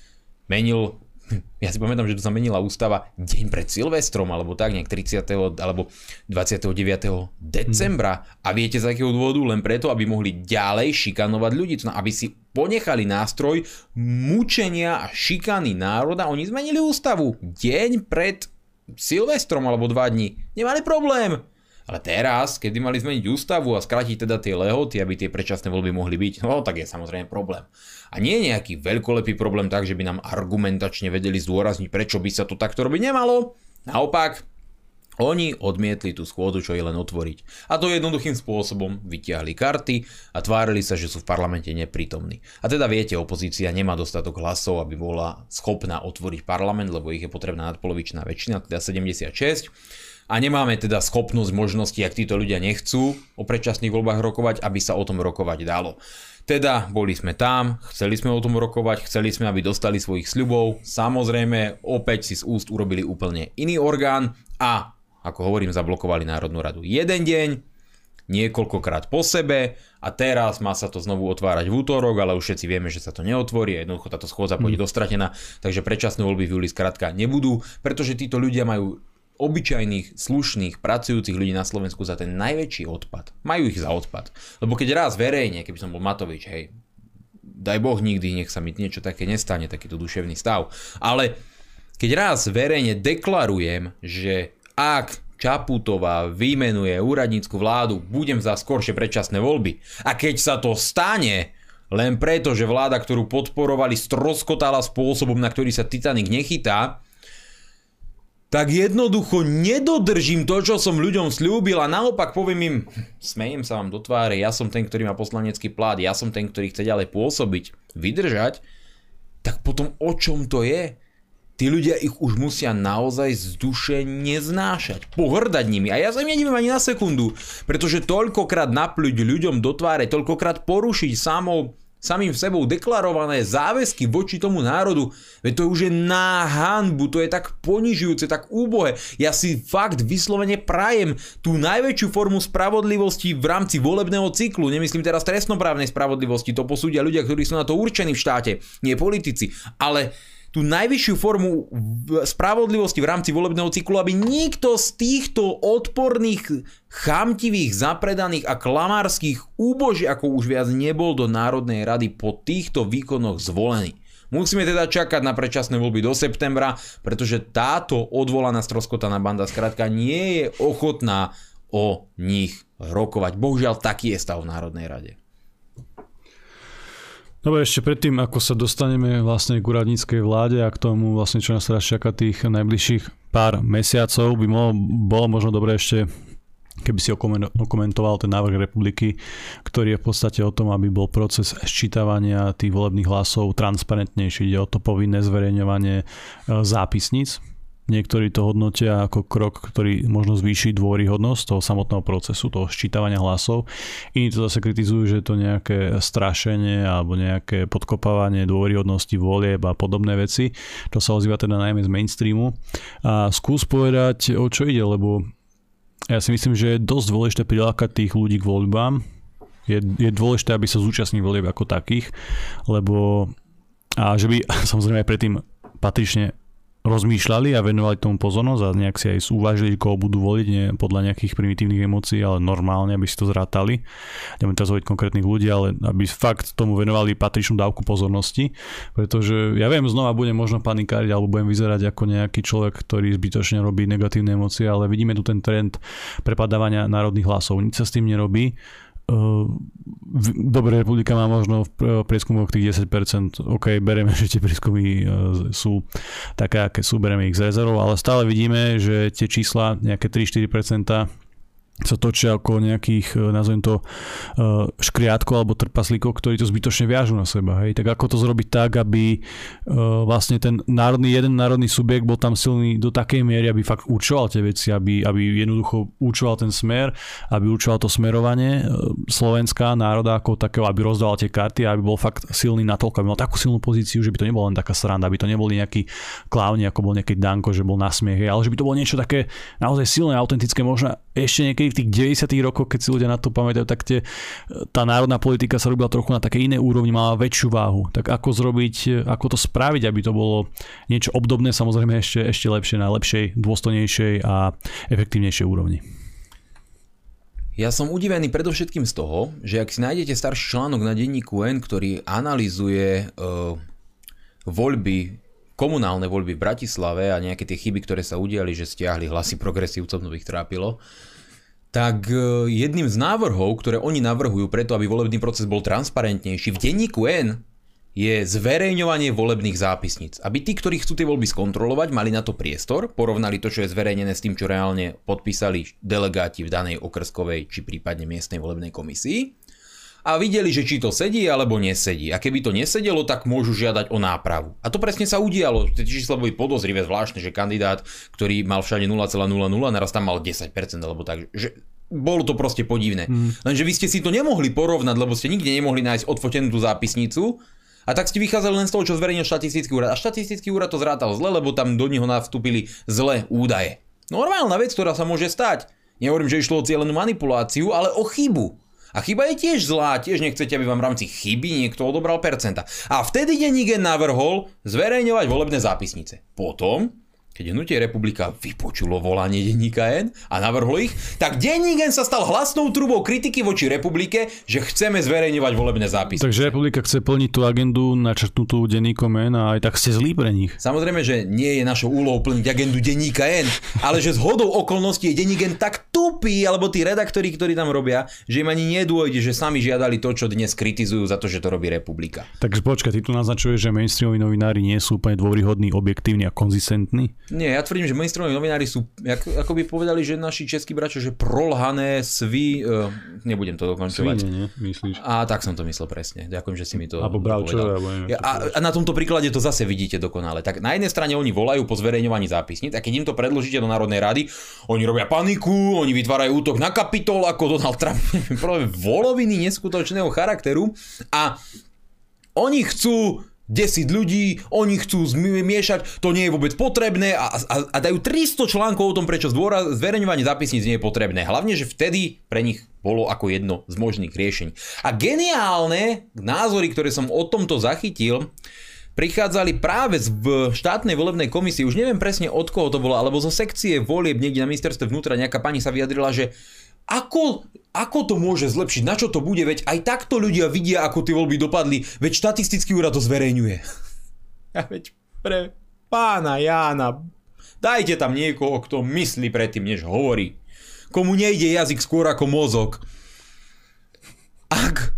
Ja si pamätám, že tu sa menila ústava deň pred Silvestrom, alebo tak, nejak 30. alebo 29. decembra. A viete z akého dôvodu? Len preto, aby mohli ďalej šikanovať ľudí. Aby si ponechali nástroj mučenia a šikany národa. Oni zmenili ústavu deň pred Silvestrom, alebo 2 dní. Nemali problém. Ale teraz, kedy mali zmeniť ústavu a skrátiť teda tie lehoty, aby tie predčasné voľby mohli byť, no tak je samozrejme problém. A nie je nejaký veľkolepý problém tak, že by nám argumentačne vedeli zdôrazniť, prečo by sa to takto robiť nemalo. Naopak, oni odmietli tú schôdzu, čo je len otvoriť. A to jednoduchým spôsobom vytiahli karty a tvárili sa, že sú v parlamente neprítomní. A teda viete, opozícia nemá dostatok hlasov, aby bola schopná otvoriť parlament, lebo ich je potrebná nadpolovičná väčšina, teda 76. A nemáme teda schopnosť, možnosti, ak títo ľudia nechcú o predčasných voľbách rokovať, aby sa o tom rokovať dalo. Teda boli sme tam, chceli sme o tom rokovať, chceli sme, aby dostali svojich sľubov. Samozrejme, opäť si z úst urobili úplne iný orgán a, ako hovorím, zablokovali Národnú radu. Jeden deň, niekoľkokrát po sebe a teraz má sa to znovu otvárať v útorok, ale už všetci vieme, že sa to neotvorí a jednoducho táto schôdza pôjde dostratená, takže predčasné voľby v júli skrátka nebudú, pretože títo ľudia majú obyčajných, slušných, pracujúcich ľudí na Slovensku za ten najväčší odpad. Majú ich za odpad. Lebo keď raz verejne, keby som bol Matovič, hej, daj Boh nikdy, nech sa mi niečo také nestane, takýto duševný stav. Ale keď raz verejne deklarujem, že ak Čaputová vymenuje úradnícku vládu, budem za skoršie predčasné voľby. A keď sa to stane, len preto, že vláda, ktorú podporovali, stroskotala spôsobom, na ktorý sa Titanic nechytá, tak jednoducho nedodržím to, čo som ľuďom sľúbil a naopak poviem im, smejem sa vám do tváre, ja som ten, ktorý má poslanecký plát, ja som ten, ktorý chce ďalej pôsobiť, vydržať, tak potom o čom to je? Tí ľudia ich už musia naozaj z duše neznášať, pohrdať nimi. A ja sa im nedivím ani na sekundu, pretože toľkokrát napľuť ľuďom do tváre, toľkokrát porušiť samým sebou deklarované záväzky voči tomu národu, veď to už je na hanbu, to je tak ponižujúce, tak úbohé. Ja si fakt vyslovene prajem tú najväčšiu formu spravodlivosti v rámci volebného cyklu, nemyslím teraz trestnoprávnej spravodlivosti, to posúdia ľudia, ktorí sú na to určení v štáte, nie politici, ale tú najvyššiu formu spravodlivosti v rámci volebného cyklu, aby nikto z týchto odporných, chamtivých, zapredaných a klamárskych úbožiakov už viac nebol do Národnej rady po týchto výkonoch zvolený. Musíme teda čakať na predčasné voľby do septembra, pretože táto odvolaná stroskotaná banda skrátka nie je ochotná o nich rokovať. Bohužiaľ, taký je stav v Národnej rade. Dobre, ešte predtým, ako sa dostaneme vlastne k úradníckej vláde a k tomu vlastne, čo nás teraz čaká tých najbližších pár mesiacov, by bolo možno dobre ešte, keby si okomentoval ten návrh republiky, ktorý je v podstate o tom, aby bol proces sčítavania tých volebných hlasov transparentnejší. Ide o to povinné zverejňovanie zápisníc. Niektorí to hodnotia ako krok, ktorý možno zvýši dôveryhodnosť toho samotného procesu, toho sčítavania hlasov. Iní to zase kritizujú, že je to nejaké strašenie alebo nejaké podkopávanie dôveryhodnosti volieb a podobné veci. To sa ozýva teda najmä z mainstreamu. A skús povedať, o čo ide, lebo ja si myslím, že je dosť dôležité prilákať tých ľudí k voľbám. Je dôležité, aby sa zúčastnili volieb ako takých, lebo a že by samozrejme aj predtým patrične rozmýšľali a venovali tomu pozornosť a nejak si aj súvažili, koho budú voliť, nie podľa nejakých primitívnych emócií, ale normálne, aby si to zrátali. Nebudem teraz hovoriť konkrétnych ľudí, ale aby fakt tomu venovali patričnú dávku pozornosti, pretože ja viem, znova budem možno panikáriť alebo budem vyzerať ako nejaký človek, ktorý zbytočne robí negatívne emócie, ale vidíme tu ten trend prepadávania národných hlasov. Nič sa s tým nerobí. Dobre, republika má možno v prieskumoch tých 10%, ok, bereme, že tie prieskumy sú také, aké sú, bereme ich z rezervou, ale stále vidíme, že tie čísla, nejaké 3-4% sa točia ako nejakých, nazvem to, škriatkov alebo trpaslíkov, ktorí to zbytočne viažú na seba. Hej. Tak ako to zrobiť tak, aby vlastne ten jeden národný subjekt bol tam silný do takej miery, aby fakt určoval tie veci, aby jednoducho určoval ten smer, aby určoval to smerovanie Slovenska, národa ako takého, aby rozdával tie karty a aby bol fakt silný natoľko, aby mal takú silnú pozíciu, že by to nebola len taká sranda, aby to neboli nejakí klávni, ako bol nejaký Danko, že bol na smiech, ale že by to bolo niečo také naozaj silné, autentické, možno ešte niekedy v tých 90. rokoch, keď si ľudia na to pamätajú, tak tá národná politika sa robila trochu na také iné úrovni, mala väčšiu váhu. Tak ako to spraviť, aby to bolo niečo obdobné, samozrejme ešte lepšie, na lepšej, dôstojnejšej a efektívnejšej úrovni. Ja som udivený predovšetkým z toho, že ak si nájdete starší článok na denníku N, ktorý analyzuje komunálne voľby v Bratislave a nejaké tie chyby, ktoré sa udiali, že stiahli hlasy progresívcov, no ich trápilo, tak jedným z návrhov, ktoré oni navrhujú preto, aby volebný proces bol transparentnejší v denníku N, je zverejňovanie volebných zápisníc. Aby tí, ktorí chcú tie voľby skontrolovať, mali na to priestor, porovnali to, čo je zverejnené s tým, čo reálne podpísali delegáti v danej okrskovej či prípadne miestnej volebnej komisii a videli, že či to sedí alebo nesedí. A keby to nesedelo, tak môžu žiadať o nápravu. A to presne sa udialo. Tie čísla boli podozrivé, zvláštne, že kandidát, ktorý mal všade 0,00, naraz tam mal 10%, alebo tak, že bolo to proste podivné. Lenže vy ste si to nemohli porovnať, lebo ste nikde nemohli nájsť odfotenú tú zápisnicu. A tak ste vychádzali len z toho, čo zverejnil štatistický úrad. A štatistický úrad to zrátal zle, lebo tam do neho nastúpili zlé údaje. Normálna vec, ktorá sa môže stať. Nehovorím, že išlo o cielenú manipuláciu, ale o chybu. A chyba je tiež zlá, tiež nechcete, aby vám v rámci chyby niekto odobral percenta. A vtedy denník navrhol zverejňovať volebné zápisnice. Potom, keď Hnutie Republika vypočulo volanie denníka N a navrhlo ich, tak denník N sa stal hlasnou trubou kritiky voči Republike, že chceme zverejňovať volebné zápisnice. Takže Republika chce plniť tú agendu načrtnutú denníkom N a aj tak ste zlí pre nich. Samozrejme, že nie je našou úlohou plniť agendu denníka N, ale že zhodou okolností je denník N tak tupý, alebo tí redaktori, ktorí tam robia, že im ani nedôjde, že sami žiadali to, čo dnes kritizujú za to, že to robí Republika. Takže počkaj, ty tu naznačuješ, že mainstreamoví novinári nie sú úplne dôveryhodní, objektívni a konzistentní? Nie, ja tvrdím, že mainstreamoví novinári sú, ako by povedali, že naši českí bratia, že prolhané nebudem to dokončovať. Svine, myslíš? A tak som to myslel presne. Ďakujem, že si mi to povedal. A na tomto príklade to zase vidíte dokonale. Tak na jednej strane oni volajú po zverejňovaní zápisníc a keď im to predložíte do Národnej rady, oni robia paniku, oni vytvárajú útok na Kapitol ako Donald Trump. Voloviny neskutočného charakteru a oni chcú 10 ľudí, oni chcú zmiešať, to nie je vôbec potrebné a dajú 300 článkov o tom, prečo zverejňovanie zápisníc nie je potrebné. Hlavne, že vtedy pre nich bolo ako jedno z možných riešení. A geniálne názory, ktoré som o tomto zachytil, prichádzali práve v štátnej volebnej komisii, už neviem presne od koho to bolo, alebo zo sekcie volieb niekde na ministerstve vnútra nejaká pani sa vyjadrila, že ako to môže zlepšiť, na čo to bude, veď aj takto ľudia vidia, ako tie voľby dopadli, veď štatistický úrad to zverejňuje. Ja veď pre pána Jána, dajte tam niekoho, kto myslí predtým, než hovorí. Komu nejde jazyk skôr ako mozog. Ak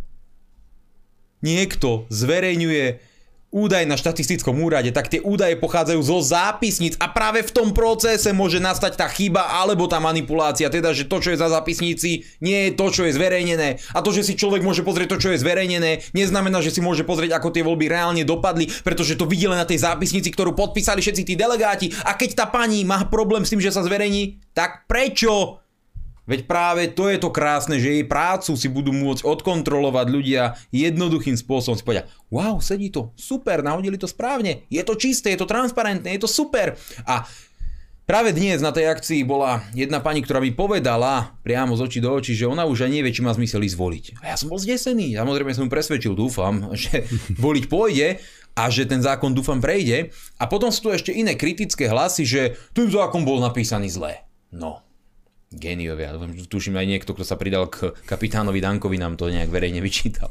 niekto zverejňuje údaj na štatistickom úrade, tak tie údaje pochádzajú zo zápisníc a práve v tom procese môže nastať tá chyba alebo tá manipulácia, teda že to, čo je za zápisníci, nie je to, čo je zverejnené. A to, že si človek môže pozrieť to, čo je zverejnené, neznamená, že si môže pozrieť, ako tie voľby reálne dopadli, pretože to vidí len na tej zápisnici, ktorú podpísali všetci tí delegáti. A keď tá pani má problém s tým, že sa zverejní, tak prečo? Veď práve to je to krásne, že jej prácu si budú môcť odkontrolovať ľudia jednoduchým spôsobom. Si povedia, wow, sedí to, super, nahodili to správne, je to čisté, je to transparentné, je to super. A práve dnes na tej akcii bola jedna pani, ktorá mi povedala priamo z očí do očí, že ona už ani nevie, či má zmysel ísť voliť. A ja som bol zdesený, samozrejme som ju presvedčil, dúfam, že voliť pôjde a že ten zákon dúfam prejde. A potom sú tu ešte iné kritické hlasy, že ten zákon bol napísaný zle. No. Géniovia. Tuším aj niekto, kto sa pridal k kapitánovi Dankovi, nám to nejak verejne vyčítal.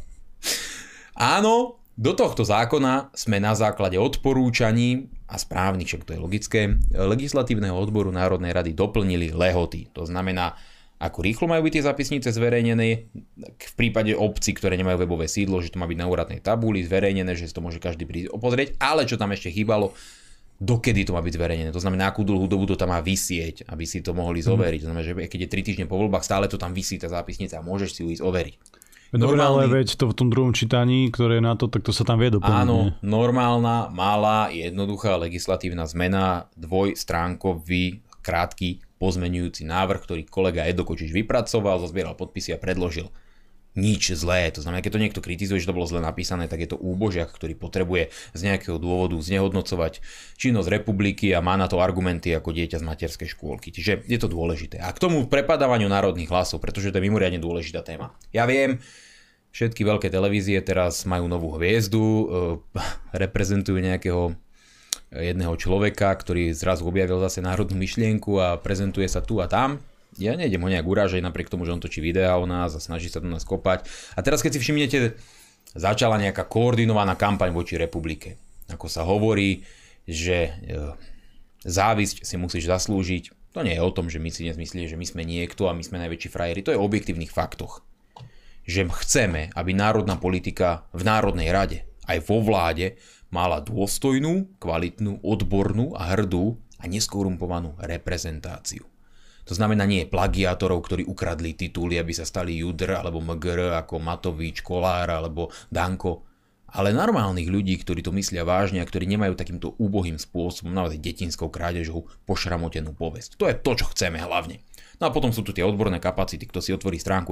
Áno, do tohto zákona sme na základe odporúčaní a správnych, však to je logické, legislatívneho odboru Národnej rady doplnili lehoty. To znamená, ako rýchlo majú byť tie zápisnice zverejnené, v prípade obcí, ktoré nemajú webové sídlo, že to má byť na úradnej tabuli zverejnené, že si to môže každý prísť pozrieť, ale čo tam ešte chýbalo, dokedy to má byť zverejnené. To znamená, akú dlhú dobu to tam má visieť, aby si to mohli zoveriť. To znamená, že keď je 3 týždne po voľbách, stále to tam visí tá zápisnica a môžeš si ju ísť overiť. Dobre, ale veď to v tom druhom čítaní, ktoré je na to, tak to sa tam vie doplniť. Áno, normálna, malá, jednoduchá legislatívna zmena, dvojstránkový, krátky pozmeňujúci návrh, ktorý kolega Edo Kočič vypracoval, zozbieral podpisy a predložil. Nič zlé. To znamená, keď to niekto kritizuje, že to bolo zle napísané, tak je to úbožiak, ktorý potrebuje z nejakého dôvodu znehodnocovať činnosť republiky a má na to argumenty ako dieťa z materskej škôlky. Čiže je to dôležité. A k tomu prepadávaniu národných hlasov, pretože to je mimoriadne dôležitá téma. Ja viem, všetky veľké televízie teraz majú novú hviezdu, reprezentujú nejakého jedného človeka, ktorý zrazu objavil zase národnú myšlienku a prezentuje sa tu a tam. Ja nejdem ho nejak urážať, napriek tomu, že on točí videá o nás a snaží sa do nás kopať. A teraz keď si všimnete, začala nejaká koordinovaná kampaň voči republike. Ako sa hovorí, že závisť si musíš zaslúžiť. To nie je o tom, že my si dnes myslíme, že my sme niekto a my sme najväčší frajeri. To je o objektívnych faktoch. Že chceme, aby národná politika v Národnej rade aj vo vláde mala dôstojnú, kvalitnú, odbornú a hrdú a neskorumpovanú reprezentáciu. To znamená nie plagiátorov, ktorí ukradli tituly, aby sa stali Judr alebo MGR ako Matovič, Kolár alebo Danko, ale normálnych ľudí, ktorí to myslia vážne a ktorí nemajú takýmto úbohým spôsobom, naozaj detinskou krádežou, pošramotenú povesť. To je to, čo chceme hlavne. No a potom sú tu tie odborné kapacity, kto si otvorí stránku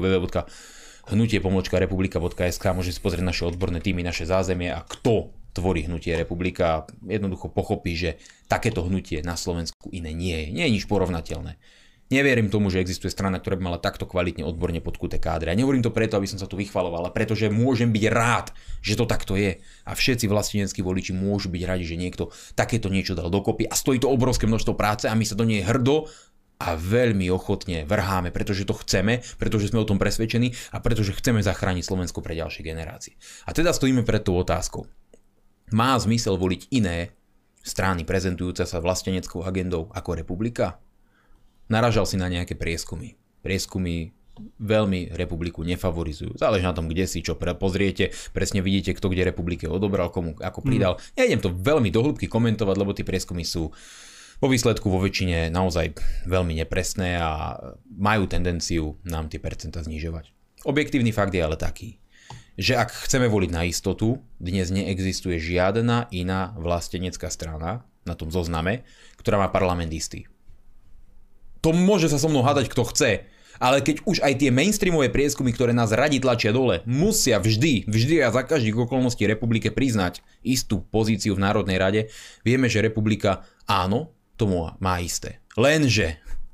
www.hnutie-republika.sk, môže si pozrieť naše odborné týmy, naše zázemie a kto tvorí Hnutie Republika, jednoducho pochopí, že takéto hnutie na Slovensku iné nie je. Nie je nič porovnateľné. Neverím tomu, že existuje strana, ktorá by mala takto kvalitne odborne podkuté kádre. A nehovorím to preto, aby som sa tu vychvaloval, ale pretože môžem byť rád, že to takto je. A všetci vlasteneckí voliči môžu byť radi, že niekto takéto niečo dal dokopy a stojí to obrovské množstvo práce a my sa do nej hrdo a veľmi ochotne vrháme, pretože to chceme, pretože sme o tom presvedčení a pretože chceme zachrániť Slovensko pre ďalšie generácie. A teda stojíme pred tou otázkou. Má zmysel voliť iné strany prezentujúce sa vlasteneckou agendou ako Republika? Naražal si na nejaké prieskumy. Prieskumy veľmi republiku nefavorizujú. Záleží na tom, kde si čo pozriete. Presne vidíte, kto kde republike odobral, komu ako pridal. Nejdem to veľmi do hĺbky komentovať, lebo tie prieskumy sú po výsledku vo väčšine naozaj veľmi nepresné a majú tendenciu nám tie percentá znižovať. Objektívny fakt je ale taký, že ak chceme voliť na istotu, dnes neexistuje žiadna iná vlastenecká strana na tom zozname, ktorá má parlament istý. To môže sa so mnou hádať kto chce, ale keď už aj tie mainstreamové prieskumy, ktoré nás radi tlačia dole, musia vždy a za každých okolností republike priznať istú pozíciu v Národnej rade, vieme, že republika áno, tomu má isté. Lenže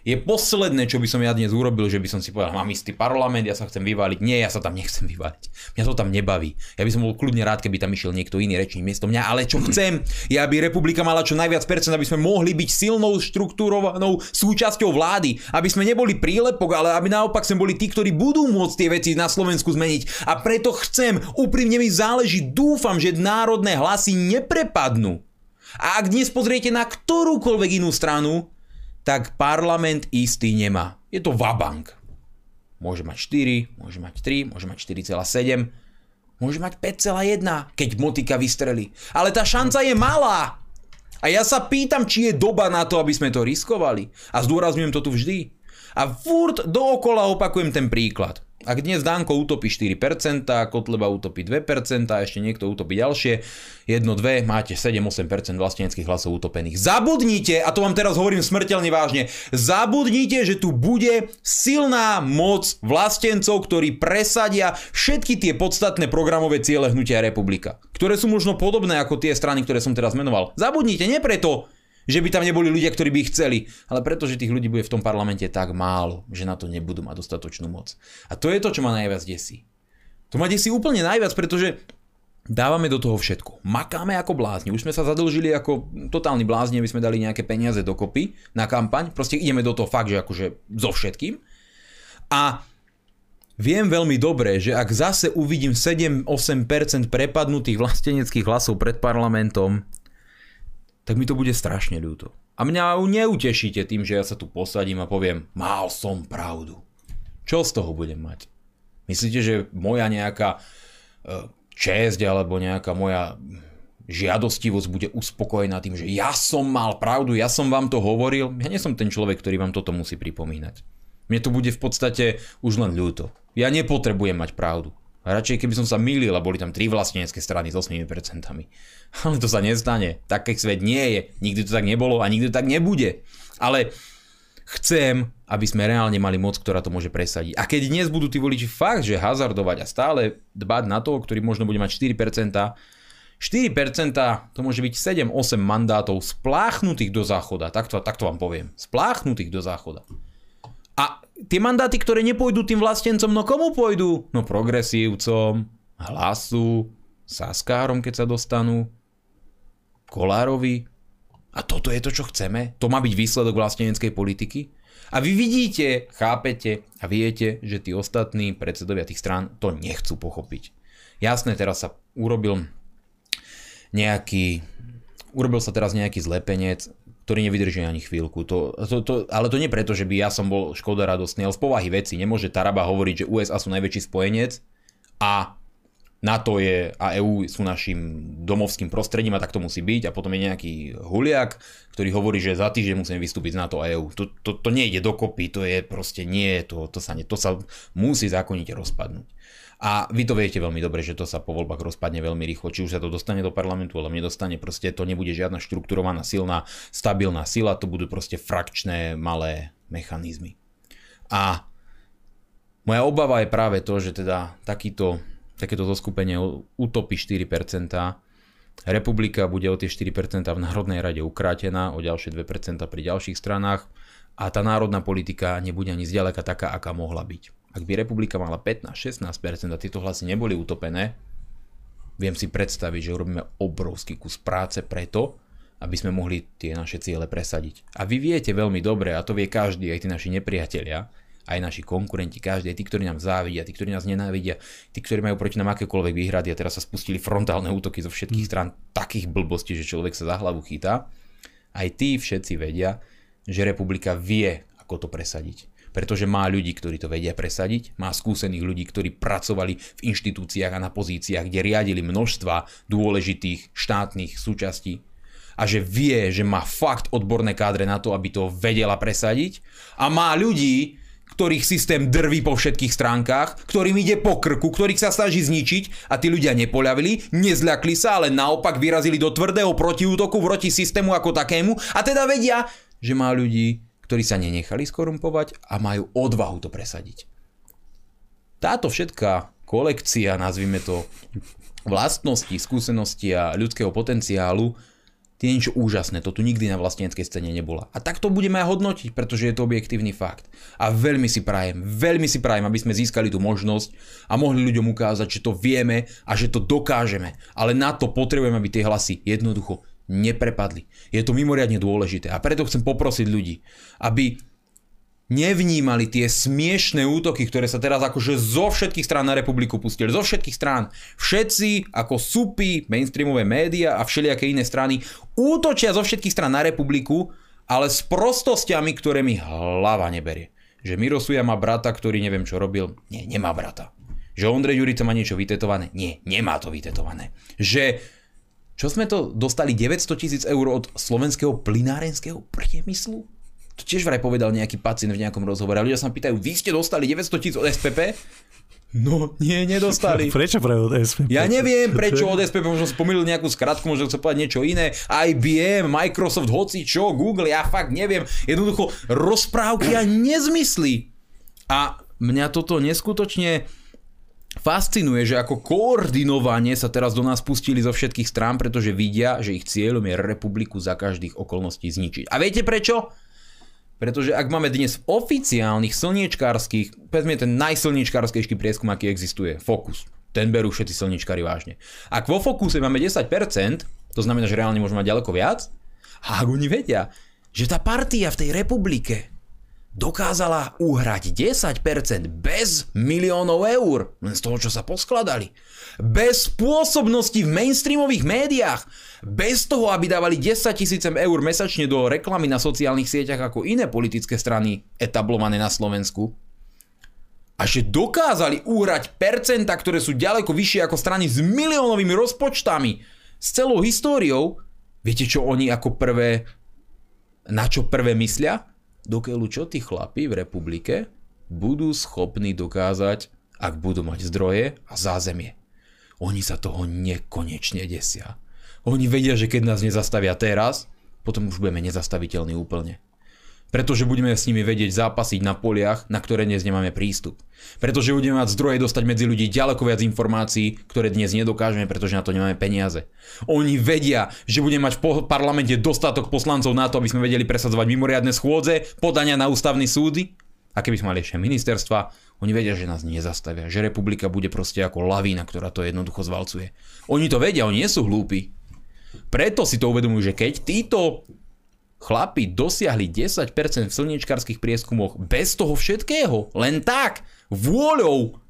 Je posledné, čo by som ja dnes urobil, že by som si povedal, mám istý parlament, ja sa chcem vyváliť. Nie, ja sa tam nechcem vyváliť. Mňa to tam nebaví. Ja by som bol kľudne rád, keby tam išiel niekto iný rečník miesto mňa, ale čo chcem, je, aby republika mala čo najviac percent, aby sme mohli byť silnou, štruktúrovanou súčasťou vlády, aby sme neboli prílepok, ale aby naopak sme boli tí, ktorí budú môcť tie veci na Slovensku zmeniť. A preto chcem, úprimne mi záleží, dúfam, že národné hlasy neprepadnú. A ak dnes pozriete na ktorúkoľvek inú stranu, tak parlament istý nemá. Je to vabank. Môže mať 4, môže mať 3, môže mať 4,7, môže mať 5,1, keď motika vystrelí. Ale tá šanca je malá. A ja sa pýtam, či je doba na to, aby sme to riskovali. A zdôrazňujem to tu vždy. A furt dookola opakujem ten príklad. Ak dnes Danko utopí 4%, Kotleba utopí 2%, a ešte niekto utopí ďalšie, 1-2, máte 7-8% vlasteneckých hlasov utopených. Zabudnite, a to vám teraz hovorím smrteľne vážne, zabudnite, že tu bude silná moc vlastencov, ktorí presadia všetky tie podstatné programové ciele Hnutia Republika, ktoré sú možno podobné ako tie strany, ktoré som teraz menoval. Zabudnite, nie preto, že by tam neboli ľudia, ktorí by ich chceli, ale preto, že tých ľudí bude v tom parlamente tak málo, že na to nebudú mať dostatočnú moc. A to je to, čo ma najviac desí. To ma desí úplne najviac, pretože dávame do toho všetko. Makáme ako blázni. Už sme sa zadlžili ako totálni blázni, aby sme dali nejaké peniaze dokopy na kampaň. Proste ideme do toho fakt, že akože so všetkým. A viem veľmi dobre, že ak zase uvidím 7-8% prepadnutých vlasteneckých hlasov pred parlamentom, tak mi to bude strašne ľúto. A mňa neutešíte tým, že ja sa tu posadím a poviem, mal som pravdu. Čo z toho budem mať? Myslíte, že moja nejaká česť alebo nejaká moja žiadostivosť bude uspokojená tým, že ja som mal pravdu, ja som vám to hovoril? Ja nie som ten človek, ktorý vám toto musí pripomínať. Mne to bude v podstate už len ľúto. Ja nepotrebujem mať pravdu. A radšej, keby som sa mýlil a boli tam 3 vlastenecké strany s 8%. Ale to sa nestane. Taký svet nie je. Nikdy to tak nebolo a nikdy to tak nebude. Ale chcem, aby sme reálne mali moc, ktorá to môže presadiť. A keď dnes budú tí voliči fakt, že hazardovať a stále dbať na toho, ktorý možno bude mať 4%, 4% to môže byť 7-8 mandátov spláchnutých do záchoda. Takto vám poviem. Spláchnutých do záchoda. A tie mandáty, ktoré nepôjdu tým vlastencom, no komu pôjdu? No progresívcom, Hlasu, Saskárom, keď sa dostanú, Kollárovi. A toto je to, čo chceme? To má byť výsledok vlasteneckej politiky? A vy vidíte, chápete a viete, že tí ostatní predsedovia tých strán to nechcú pochopiť. Jasné, teraz sa urobil sa teraz nejaký zlepenec, ktorý nevydrží ani chvíľku. Ale to nie preto, že by ja som bol škoda radostný, ale z povahy veci. Nemôže Taraba hovoriť, že USA sú najväčší spojenec a NATO a EU sú našim domovským prostredím a tak to musí byť. A potom je nejaký huliak, ktorý hovorí, že za týždeň musíme vystúpiť z NATO a EU. To nejde dokopy, to je proste nie, to sa musí zákonite rozpadnúť. A vy to viete veľmi dobre, že to sa po voľbách rozpadne veľmi rýchlo. Či už sa to dostane do parlamentu, alebo nedostane, proste to nebude žiadna štrukturovaná, silná, stabilná sila, to budú proste frakčné malé mechanizmy. A moja obava je práve to, že teda takéto zoskupenie utopí 4%, republika bude o tie 4% v Národnej rade ukrátená, o ďalšie 2% pri ďalších stranách a tá národná politika nebude ani zďaleka taká, aká mohla byť. Ak by republika mala 15-16% a tieto hlasy neboli utopené, viem si predstaviť, že urobíme obrovský kus práce preto, aby sme mohli tie naše ciele presadiť. A vy viete veľmi dobre, a to vie každý, aj tí naši nepriatelia, aj naši konkurenti, každý, aj tí, ktorí nám závidia, tí, ktorí nás nenávidia, tí, ktorí majú proti nám akékoľvek výhrady a teraz sa spustili frontálne útoky zo všetkých strán takých blbostí, že človek sa za hlavu chytá. Aj tí všetci vedia, že republika vie, ako to presadiť. Pretože má ľudí, ktorí to vedia presadiť, má skúsených ľudí, ktorí pracovali v inštitúciách a na pozíciách, kde riadili množstva dôležitých štátnych súčastí a že vie, že má fakt odborné kádre na to, aby to vedela presadiť a má ľudí, ktorých systém drví po všetkých stránkach, ktorým ide po krku, ktorých sa snaží zničiť a tí ľudia nepoľavili, nezľakli sa, ale naopak vyrazili do tvrdého protiútoku proti systému ako takému a teda vedia, že má ľudí, ktorí sa nenechali skorumpovať a majú odvahu to presadiť. Táto všetká kolekcia, nazvime to, vlastností, skúseností a ľudského potenciálu, to je niečo úžasné, to tu nikdy na vlasteneckej scéne nebola. A tak to budeme aj hodnotiť, pretože je to objektívny fakt. A veľmi si prajem, aby sme získali tú možnosť a mohli ľuďom ukázať, že to vieme a že to dokážeme. Ale na to potrebujeme, aby tie hlasy jednoducho neprepadli. Je to mimoriadne dôležité a preto chcem poprosiť ľudí, aby nevnímali tie smiešné útoky, ktoré sa teraz akože zo všetkých strán na republiku pustili. Zo všetkých strán. Všetci ako supy, mainstreamové médiá a všelijaké iné strany útočia zo všetkých strán na republiku, ale s prostostiami, ktoré mi hlava neberie. Že Miro Suja má brata, ktorý neviem čo robil. Nie, nemá brata. Že Ondrej Ďurica má niečo vytetované. Nie, nemá to vytetované. Že čo sme to dostali 900 000 eur od slovenského plynárenského priemyslu? To tiež vraj povedal nejaký pacient v nejakom rozhovore. A ľudia sa ma pýtajú, vy ste dostali 900 000 od SPP? No, nie, nedostali. Prečo práve od SPP? Ja neviem, prečo od SPP, možno si pomýlil nejakú skratku, možno chcel povedať niečo iné. IBM, Microsoft, hoci čo, Google, ja fakt neviem. Jednoducho rozprávky a nezmysly. A mňa toto neskutočne fascinuje, že ako koordinovanie sa teraz do nás pustili zo všetkých strán, pretože vidia, že ich cieľom je republiku za každých okolností zničiť. A viete prečo? Pretože ak máme dnes oficiálnych slniečkárskych, povedzme ten najslniečkárskejší prieskum, aký existuje, Focus, ten berú všetci slniečkári vážne. Ak vo Focuse máme 10%, to znamená, že reálne môžeme mať ďaleko viac, a ak oni vedia, že tá partia v tej republike dokázala uhrať 10% bez miliónov eur, len z toho, čo sa poskladali. Bez pôsobnosti v mainstreamových médiách, bez toho, aby dávali 10 000 eur mesačne do reklamy na sociálnych sieťach ako iné politické strany etablované na Slovensku. A že dokázali uhrať percenta, ktoré sú ďaleko vyššie ako strany s miliónovými rozpočtami, s celou históriou. Viete, čo oni ako prvé, na čo prvé myslia? Dokiaľ čo tí chlapi v republike budú schopní dokázať, ak budú mať zdroje a zázemie. Oni sa toho nekonečne desia. Oni vedia, že keď nás nezastavia teraz, potom už budeme nezastaviteľní úplne. Pretože budeme s nimi vedieť zápasiť na poliach, na ktoré dnes nemáme prístup. Pretože budeme mať zdroje dostať medzi ľudí ďaleko viac informácií, ktoré dnes nedokážeme, pretože na to nemáme peniaze. Oni vedia, že budeme mať v parlamente dostatok poslancov na to, aby sme vedeli presadzovať mimoriadne schôdze, podania na ústavné súdy. A keby sme mali ešte ministerstva, oni vedia, že nás nezastavia, že republika bude proste ako lavína, ktorá to jednoducho zvalcuje. Oni to vedia, oni nie sú hlúpi. Preto si to uvedomujú, že keď títo chlapi dosiahli 10% v slniečkarských prieskumoch bez toho všetkého, len tak, vôľou,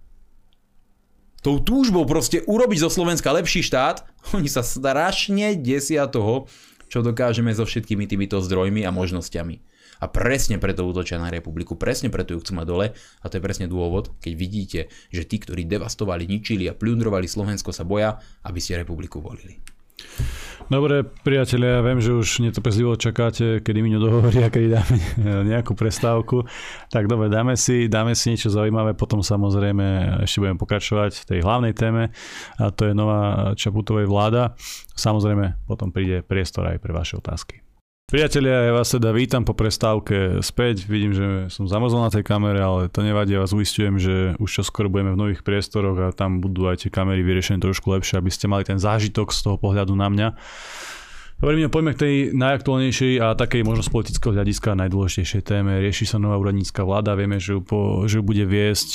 tou túžbou proste urobiť zo Slovenska lepší štát, oni sa strašne desia toho, čo dokážeme so všetkými týmito zdrojmi a možnosťami. A presne preto útočia na republiku, presne preto ju chcú mať dole a to je presne dôvod, keď vidíte, že tí, ktorí devastovali, ničili a plundrovali Slovensko, sa boja, aby ste republiku volili. Dobre, priatelia, ja viem, že už netrpezlivo čakáte, kedy mi dohovorí a kedy dáme nejakú prestávku. Tak dobre, dáme si niečo zaujímavé, potom samozrejme ešte budeme pokračovať v tej hlavnej téme a to je nová Čaputovej vláda. Samozrejme, potom príde priestor aj pre vaše otázky. Priatelia, ja vás teda vítam po prestávke späť. Vidím, že som zamrzol na tej kamere, ale to nevadí. Ja vás uisťujem, že už čoskoro budeme v nových priestoroch a tam budú aj tie kamery vyriešené trošku lepšie, aby ste mali ten zážitok z toho pohľadu na mňa. Dobre, poďme k tej najaktuálnejšej a takej možno z politického hľadiska najdôležitejšej téme. Rieši sa nová úradnícka vláda. Vieme, že ju bude viesť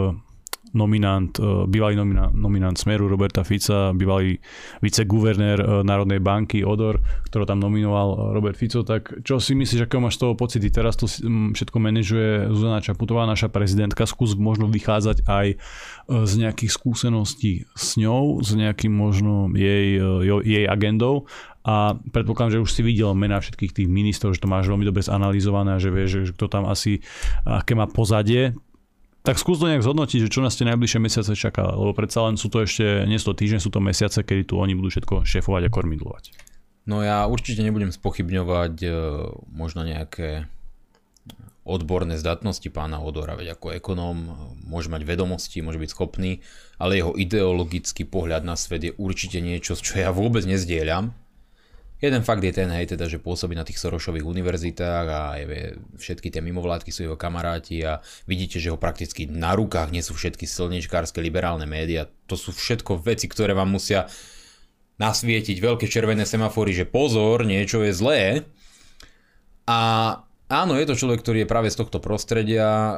bývalý nominant Smeru Roberta Fica, bývalý viceguvernér Národnej banky Odor, ktorého tam nominoval Robert Fico. Tak čo si myslíš, aké máš z toho pocity? Teraz to všetko manažuje Zuzana Čaputová, naša prezidentka. Skús možno vychádzať aj z nejakých skúseností s ňou, s nejakým možno jej agendou. A predpokladám, že už si videl mená všetkých tých ministrov, že to máš veľmi dobre zanalýzované a že vieš, že kto tam asi, aké má pozadie. Tak skús to nejak zhodnotiť, že čo nás tie najbližšie mesiace čaká, lebo predsa len sú to ešte nie 100 týždne, sú to mesiace, kedy tu oni budú všetko šéfovať a kormidlovať. No ja určite nebudem spochybňovať možno nejaké odborné zdatnosti pána Odora, veď ako ekonóm môže mať vedomosti, môže byť schopný, ale jeho ideologický pohľad na svet je určite niečo, čo ja vôbec nezdieľam. Jeden fakt je ten, teda, že pôsobí na tých Sorošových univerzitách a všetky tie mimovládky sú jeho kamaráti a vidíte, že ho prakticky na rukách nie sú všetky slniečkárske liberálne médiá. To sú všetko veci, ktoré vám musia nasvietiť veľké červené semafory, že pozor, niečo je zlé. A áno, je to človek, ktorý je práve z tohto prostredia,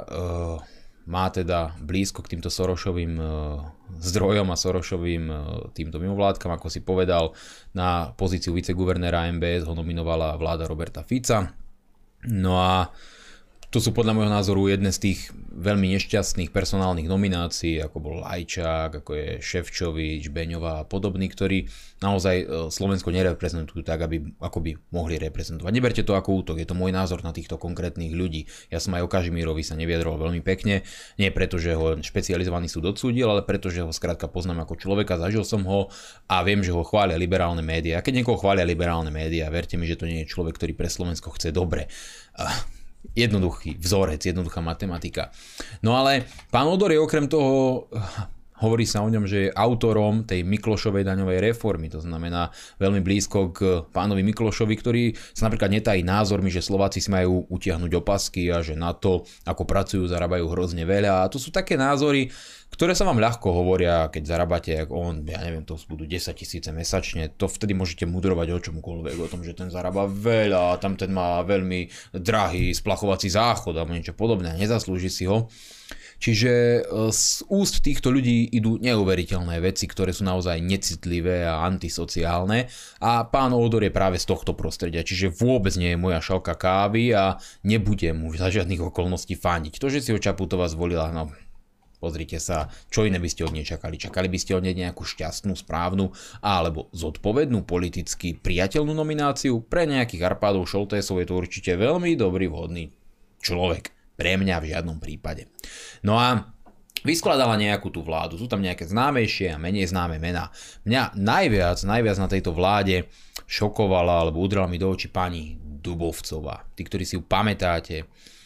má teda blízko k týmto Sorošovým zdrojom a Sorošovým týmto mimovládkam, ako si povedal, na pozíciu viceguvernéra MBS ho nominovala vláda Roberta Fica. No a to sú podľa môjho názoru jedné z tých veľmi nešťastných personálnych nominácií, ako bol Lajčák, ako je Šefčovič, Beňová a podobní, ktorí naozaj Slovensko nereprezentujú tak, ako by mohli reprezentovať. Neberte to ako útok, je to môj názor na týchto konkrétnych ľudí. Ja som aj o Kažimírovi sa nevyjadroval veľmi pekne, nie preto, že ho špecializovaný súd odsúdil, ale preto, že ho skrátka poznám ako človeka, zažil som ho a viem, že ho chvália liberálne médiá. A keď niekoho chvália liberálne médiá, verte mi, že to nie je človek, ktorý pre Slovensko chce dobre. Jednoduchý vzorec, jednoduchá matematika. No ale pán Odor je okrem toho, hovorí sa o ňom, že je autorom tej Miklošovej daňovej reformy, to znamená veľmi blízko k pánovi Miklošovi, ktorý sa napríklad netají názormi, že Slováci si majú utiahnuť opasky a že na to, ako pracujú, zarábajú hrozne veľa. A to sú také názory, ktoré sa vám ľahko hovoria, keď zarábate, ako on, ja neviem, to budú 10 000 mesačne, to vtedy môžete mudrovať o čomkoľvek, o tom, že ten zarába veľa, tam ten má veľmi drahý splachovací záchod alebo niečo podobné, nezaslúži si ho. Čiže z úst týchto ľudí idú neuveriteľné veci, ktoré sú naozaj necitlivé a antisociálne a pán Odor je práve z tohto prostredia, čiže vôbec nie je moja šálka kávy a nebudem mu za žiadnych okolností fandiť. To, že si ho Čaputová zvolila, no pozrite sa, čo iné by ste od nej čakali. Čakali by ste od nej nejakú šťastnú, správnu alebo zodpovednú politicky priateľnú nomináciu? Pre nejakých Arpádov Šoltésov je to určite veľmi dobrý, vhodný človek. Pre mňa v žiadnom prípade. No a vyskladala nejakú tú vládu. Sú tam nejaké známejšie a menej známe mená. Mňa najviac na tejto vláde šokovala alebo udrela mi do očí pani Dubovcová. Tí, ktorí si ju pamätáte,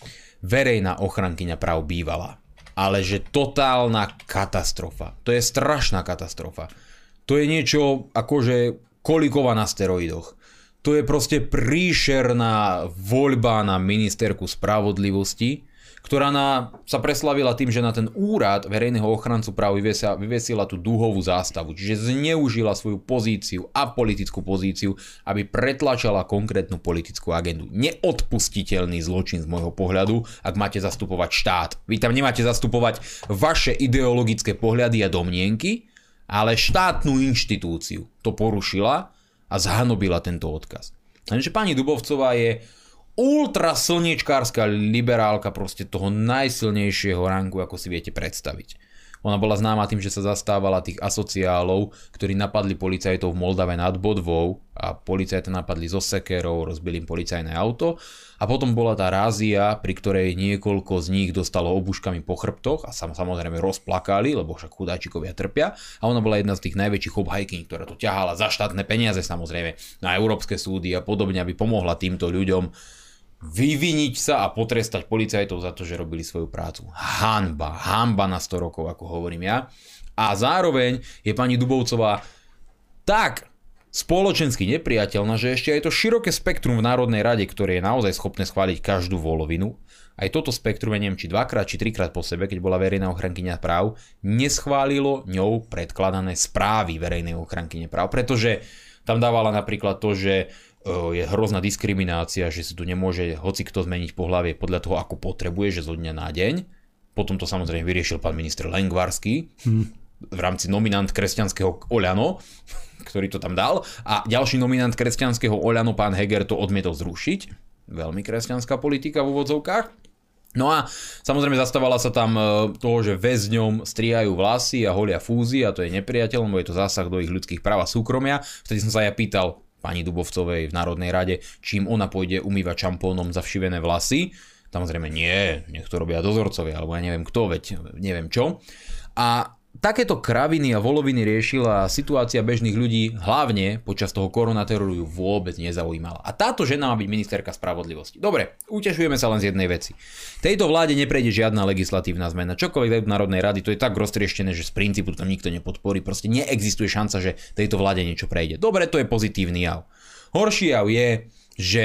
verejná ochrankyňa práv bývala. Ale že totálna katastrofa. To je strašná katastrofa. To je niečo akože Kolíková na steroidoch. To je proste príšerná voľba na ministerku spravodlivosti, ktorá sa preslavila tým, že na ten úrad verejného ochrancu práv vyvesila tú dúhovú zástavu. Čiže zneužila svoju pozíciu a politickú pozíciu, aby pretlačala konkrétnu politickú agendu. Neodpustiteľný zločin z môjho pohľadu, ak máte zastupovať štát. Vy tam nemáte zastupovať vaše ideologické pohľady a domnienky, ale štátnu inštitúciu. To porušila a zhanobila tento odkaz. Takže pani Dubovcová je ultra slniečkárska liberálka proste toho najsilnejšieho rangu, ako si viete predstaviť. Ona bola známa tým, že sa zastávala tých asociálov, ktorí napadli policajtov v Moldave nad Bodvou a policajti napadli zo sekerov, rozbili im policajné auto a potom bola tá rázia, pri ktorej niekoľko z nich dostalo obuškami po chrbtoch a samozrejme rozplakali, lebo však chudáčikovia trpia a ona bola jedna z tých najväčších obhajkyň, ktorá to ťahala za štátne peniaze samozrejme na európske súdy a podobne, aby pomohla týmto ľuďom vyviniť sa a potrestať policajtov za to, že robili svoju prácu. Hanba na 100 rokov, ako hovorím ja. A zároveň je pani Dubovcová tak spoločensky nepriateľná, že ešte aj to široké spektrum v Národnej rade, ktoré je naozaj schopné schváliť každú volovinu, aj toto spektrum, neviem, či dvakrát, či trikrát po sebe, keď bola verejná ochrankyňa práv, neschválilo ňou predkladané správy verejnej ochrankyne práv, pretože tam dávala napríklad to, že je hrozná diskriminácia, že si tu nemôže hocikto zmeniť pohlavie podľa toho, ako potrebuje, že zo dňa na deň. Potom to samozrejme vyriešil pán minister Lengvarský v rámci nominant kresťanského Oľano, ktorý to tam dal. A ďalší nominant kresťanského Oľano, pán Heger, to odmietol zrušiť. Veľmi kresťanská politika v úvodzovkách. No a samozrejme zastávala sa tam toho, že väzňom strihajú vlasy a holia fúzy a to je nepriateľ, lebo je to zásah do ich ľudských práv a súkromia. Vtedy som sa ja pýtal pani Dubovcovej v Národnej rade, čím ona pôjde umývať šampónom zavšivené vlasy. Samozrejme nie, nech to robia dozorcovia, alebo ja neviem kto, veď neviem čo. A takéto kraviny a voloviny riešila situácia bežných ľudí, hlavne počas toho koronateroru ju vôbec nezaujímala. A táto žena má byť ministerka spravodlivosti. Dobre, utešujeme sa len z jednej veci. Tejto vláde neprejde žiadna legislatívna zmena. Čokoľvek dajú Národnej rady, to je tak roztrieštené, že z princípu tam nikto nepodporí. Proste neexistuje šanca, že tejto vláde niečo prejde. Dobre, to je pozitívny jav. Horší jav je, že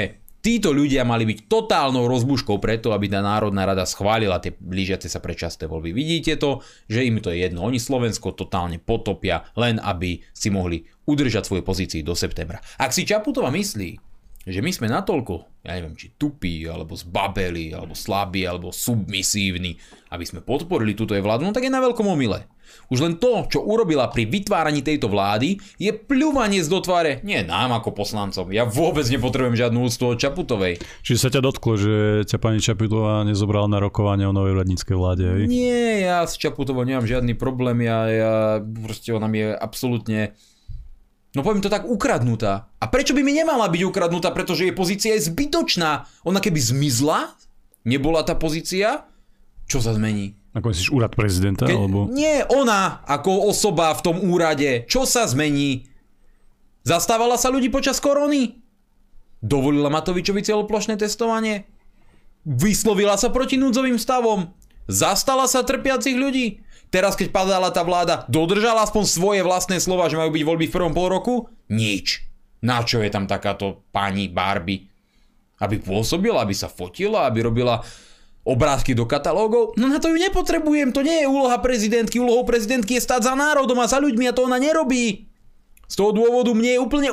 títo ľudia mali byť totálnou rozbuškou preto, aby tá Národná rada schválila tie blížiace sa predčasné voľby. Vidíte to, že im to je jedno. Oni Slovensko totálne potopia, len aby si mohli udržať svoje pozície do septembra. Ak si Čaputová myslí, že my sme natoľko, ja neviem, či tupí, alebo zbabeli, alebo slabí, alebo submisívni, aby sme podporili túto jej vládu, no tak je na veľkom omyle. Už len to, čo urobila pri vytváraní tejto vlády, je pľúvanie do tváre nie nám ako poslancom. Ja vôbec nepotrebujem žiadnu úctu od Čaputovej. Čiže sa ťa dotklo, že ťa pani Čaputová nezobrala na rokovanie o novej úradníckej vláde, hej? Nie, ja s Čaputovou nemám žiadny problém, ja proste ona mi je absolútne... No poviem to tak, ukradnutá. A prečo by mi nemala byť ukradnutá? Pretože jej pozícia je zbytočná. Ona keby zmizla, nebola tá pozícia, čo sa zmení? Ako myslíš, úrad prezidenta? Alebo... Nie, ona ako osoba v tom úrade. Čo sa zmení? Zastávala sa ľudí počas korony? Dovolila Matovičovi celoplošné testovanie? Vyslovila sa proti núdzovým stavom? Zastala sa trpiacich ľudí? Teraz, keď padala tá vláda, dodržala aspoň svoje vlastné slova, že majú byť voľby v prvom pol roku? Nič. Na čo je tam takáto pani Barbie? Aby pôsobila, aby sa fotila, aby robila obrázky do katalógov? No na to ju nepotrebujem, to nie je úloha prezidentky. Úlohou prezidentky je stáť za národom a za ľuďmi a to ona nerobí. Z toho dôvodu mne je úplne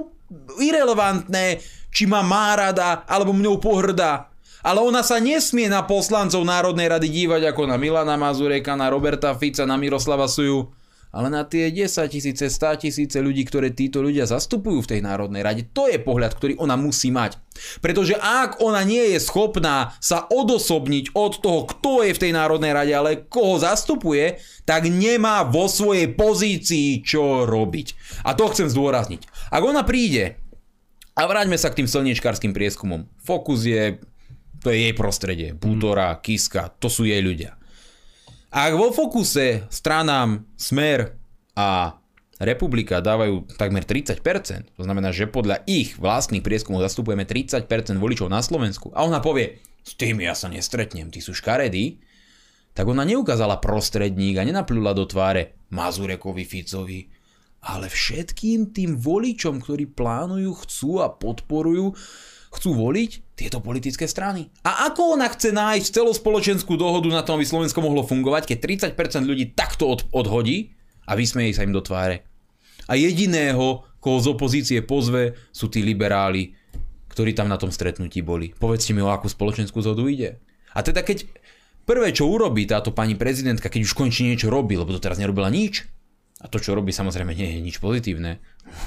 irelevantné, či ma má rada, alebo mňou pohrdá. Ale ona sa nesmie na poslancov Národnej rady dívať ako na Milana Mazureka, na Roberta Fica, na Miroslava Suju, ale na tie 10 000, 100 000 ľudí, ktoré títo ľudia zastupujú v tej Národnej rade. To je pohľad, ktorý ona musí mať. Pretože ak ona nie je schopná sa odosobniť od toho, kto je v tej Národnej rade, ale koho zastupuje, tak nemá vo svojej pozícii čo robiť. A to chcem zdôrazniť. Ak ona príde, a vráťme sa k tým slniečkarským prieskumom, Focus je... To je jej prostredie. Bútora, Kiska, to sú jej ľudia. Ak vo Focuse stranám Smer a Republika dávajú takmer 30%, to znamená, že podľa ich vlastných prieskumov zastupujeme 30% voličov na Slovensku a ona povie, s tým ja sa nestretnem, tí sú škaredí, tak ona neukázala prostredník a nenapľula do tváre Mazurekovi, Ficovi, ale všetkým tým voličom, ktorí plánujú, chcú a podporujú, chcú voliť tieto politické strany. A ako ona chce nájsť celospoločenskú dohodu na tom, aby Slovensko mohlo fungovať, keď 30% ľudí takto odhodí a vysmeje sa im do tváre. A jediného, koho z opozície pozve, sú tí liberáli, ktorí tam na tom stretnutí boli. Povedzte mi, o akú spoločenskú zhodu ide. A teda keď prvé, čo urobí táto pani prezidentka, keď už konečne niečo robí, lebo to teraz nerobila nič, a to, čo robí, samozrejme nie je nič pozitívne.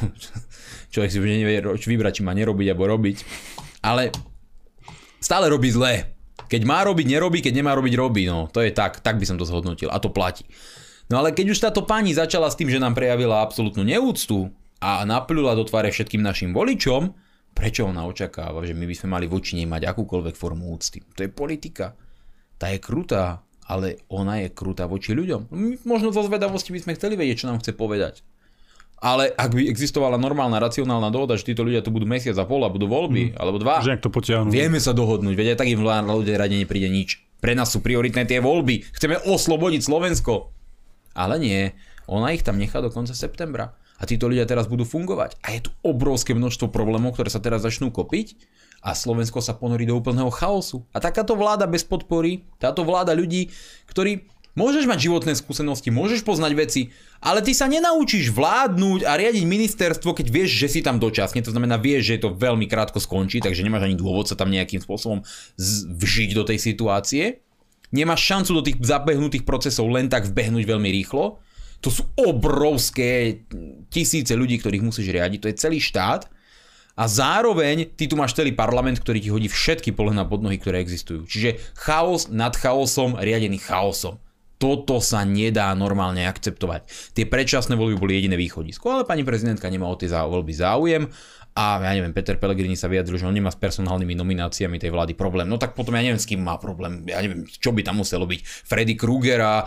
Človek si už nevie vybrať, či má nerobiť alebo robiť. Ale stále robí zle. Keď má robiť, nerobí, keď nemá robiť, robí. No, to je tak by som to zhodnotil. A to platí. No ale keď už táto pani začala s tým, že nám prejavila absolútnu neúctu a napľula do tváre všetkým našim voličom, prečo ona očakáva, že my by sme mali voči nej mať akúkoľvek formu úcty? To je politika. Tá je krutá, ale ona je krutá voči ľuďom. Možno zo zvedavosti by sme chceli vedieť, čo nám chce povedať. Ale ak by existovala normálna, racionálna dohoda, že títo ľudia tu budú mesiac a pol a budú voľby, alebo 2, že to potiahnu. Vieme sa dohodnúť, veď aj tak im ľudia rade nepríde nič. Pre nás sú prioritné tie voľby. Chceme oslobodiť Slovensko. Ale nie, ona ich tam nechá do konca septembra. A títo ľudia teraz budú fungovať. A je tu obrovské množstvo problémov, ktoré sa teraz začnú kopiť a Slovensko sa ponorí do úplného chaosu. A takáto vláda bez podpory, táto vláda ľudí, ktorí... Môžeš mať životné skúsenosti, môžeš poznať veci, ale ty sa nenaučíš vládnuť a riadiť ministerstvo, keď vieš, že si tam dočasne, to znamená vieš, že to veľmi krátko skončí, takže nemáš ani dôvod sa tam nejakým spôsobom vžiť do tej situácie. Nemáš šancu do tých zabehnutých procesov len tak vbehnúť veľmi rýchlo. To sú obrovské tisíce ľudí, ktorých musíš riadiť, to je celý štát. A zároveň ty tu máš celý parlament, ktorý ti hodí všetky polena pod nohy, ktoré existujú. Čiže chaos nad chaosom, riadený chaosom. Toto sa nedá normálne akceptovať. Tie predčasné voľby boli jediné východisko, ale pani prezidentka nemá o tie voľby záujem a ja neviem, Peter Pellegrini sa vyjadril, že on nemá s personálnymi nomináciami tej vlády problém. No tak potom ja neviem, s kým má problém. Ja neviem, čo by tam muselo byť. Freddy Krueger a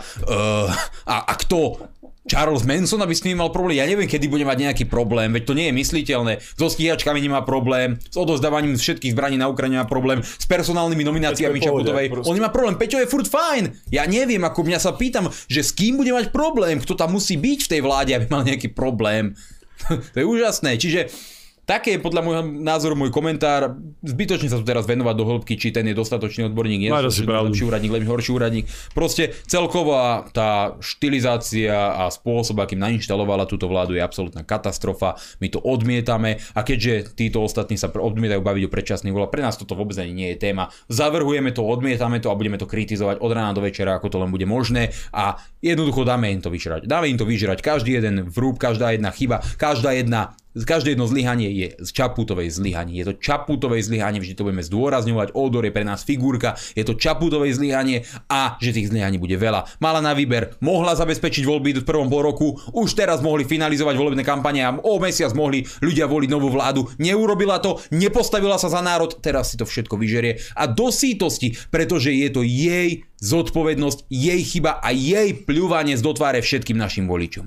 kto? Charles Manson, aby s ním mal problém. Ja neviem, kedy bude mať nejaký problém, veď to nie je mysliteľné. So stíhačkami nemá problém, s odovzdávaním všetkých zbraní na Ukrajine má problém, s personálnymi nomináciami Čaputovej. On nemá problém, Peťo je furt fajn. Ja neviem, ako mňa sa pýtam, že s kým bude mať problém, kto tam musí byť v tej vláde, aby mal nejaký problém. To je úžasné. Čiže také je podľa môjho názoru môj komentár. Zbytočne sa tu teraz venovať do hĺbky, či ten je dostatočný odborník, lepší úradník, horší úradník. Proste celková tá štilizácia a spôsob, akým nainštalovala túto vládu, je absolútna katastrofa. My to odmietame a keďže títo ostatní sa odmietajú baviť o predčasných voľbách, pre nás toto vôbec ani nie je téma. Zavrhujeme to, odmietame to a budeme to kritizovať od rána do večera, ako to len bude možné a jednoducho dáme im to vyžrať. Dáme im to vyžrať. Každý jeden vrúb, každá jedna chyba, každé jedno zlyhanie je z Čaputovej zlyhanie. Je to Čaputové zlyhanie, vždy to budeme zdôrazňovať. Ódor je pre nás figurka, je to Čaputové zlyhanie a že tých zlyhaní bude veľa. Mala na výber, mohla zabezpečiť voľby v prvom polroku, už teraz mohli finalizovať volebné kampane a o mesiac mohli ľudia voliť novú vládu. Neurobila to, nepostavila sa za národ, teraz si to všetko vyžerie a do sítosti, pretože je to jej zodpovednosť, jej chyba a jej pľúvanie do tváre všetkým našim voličom.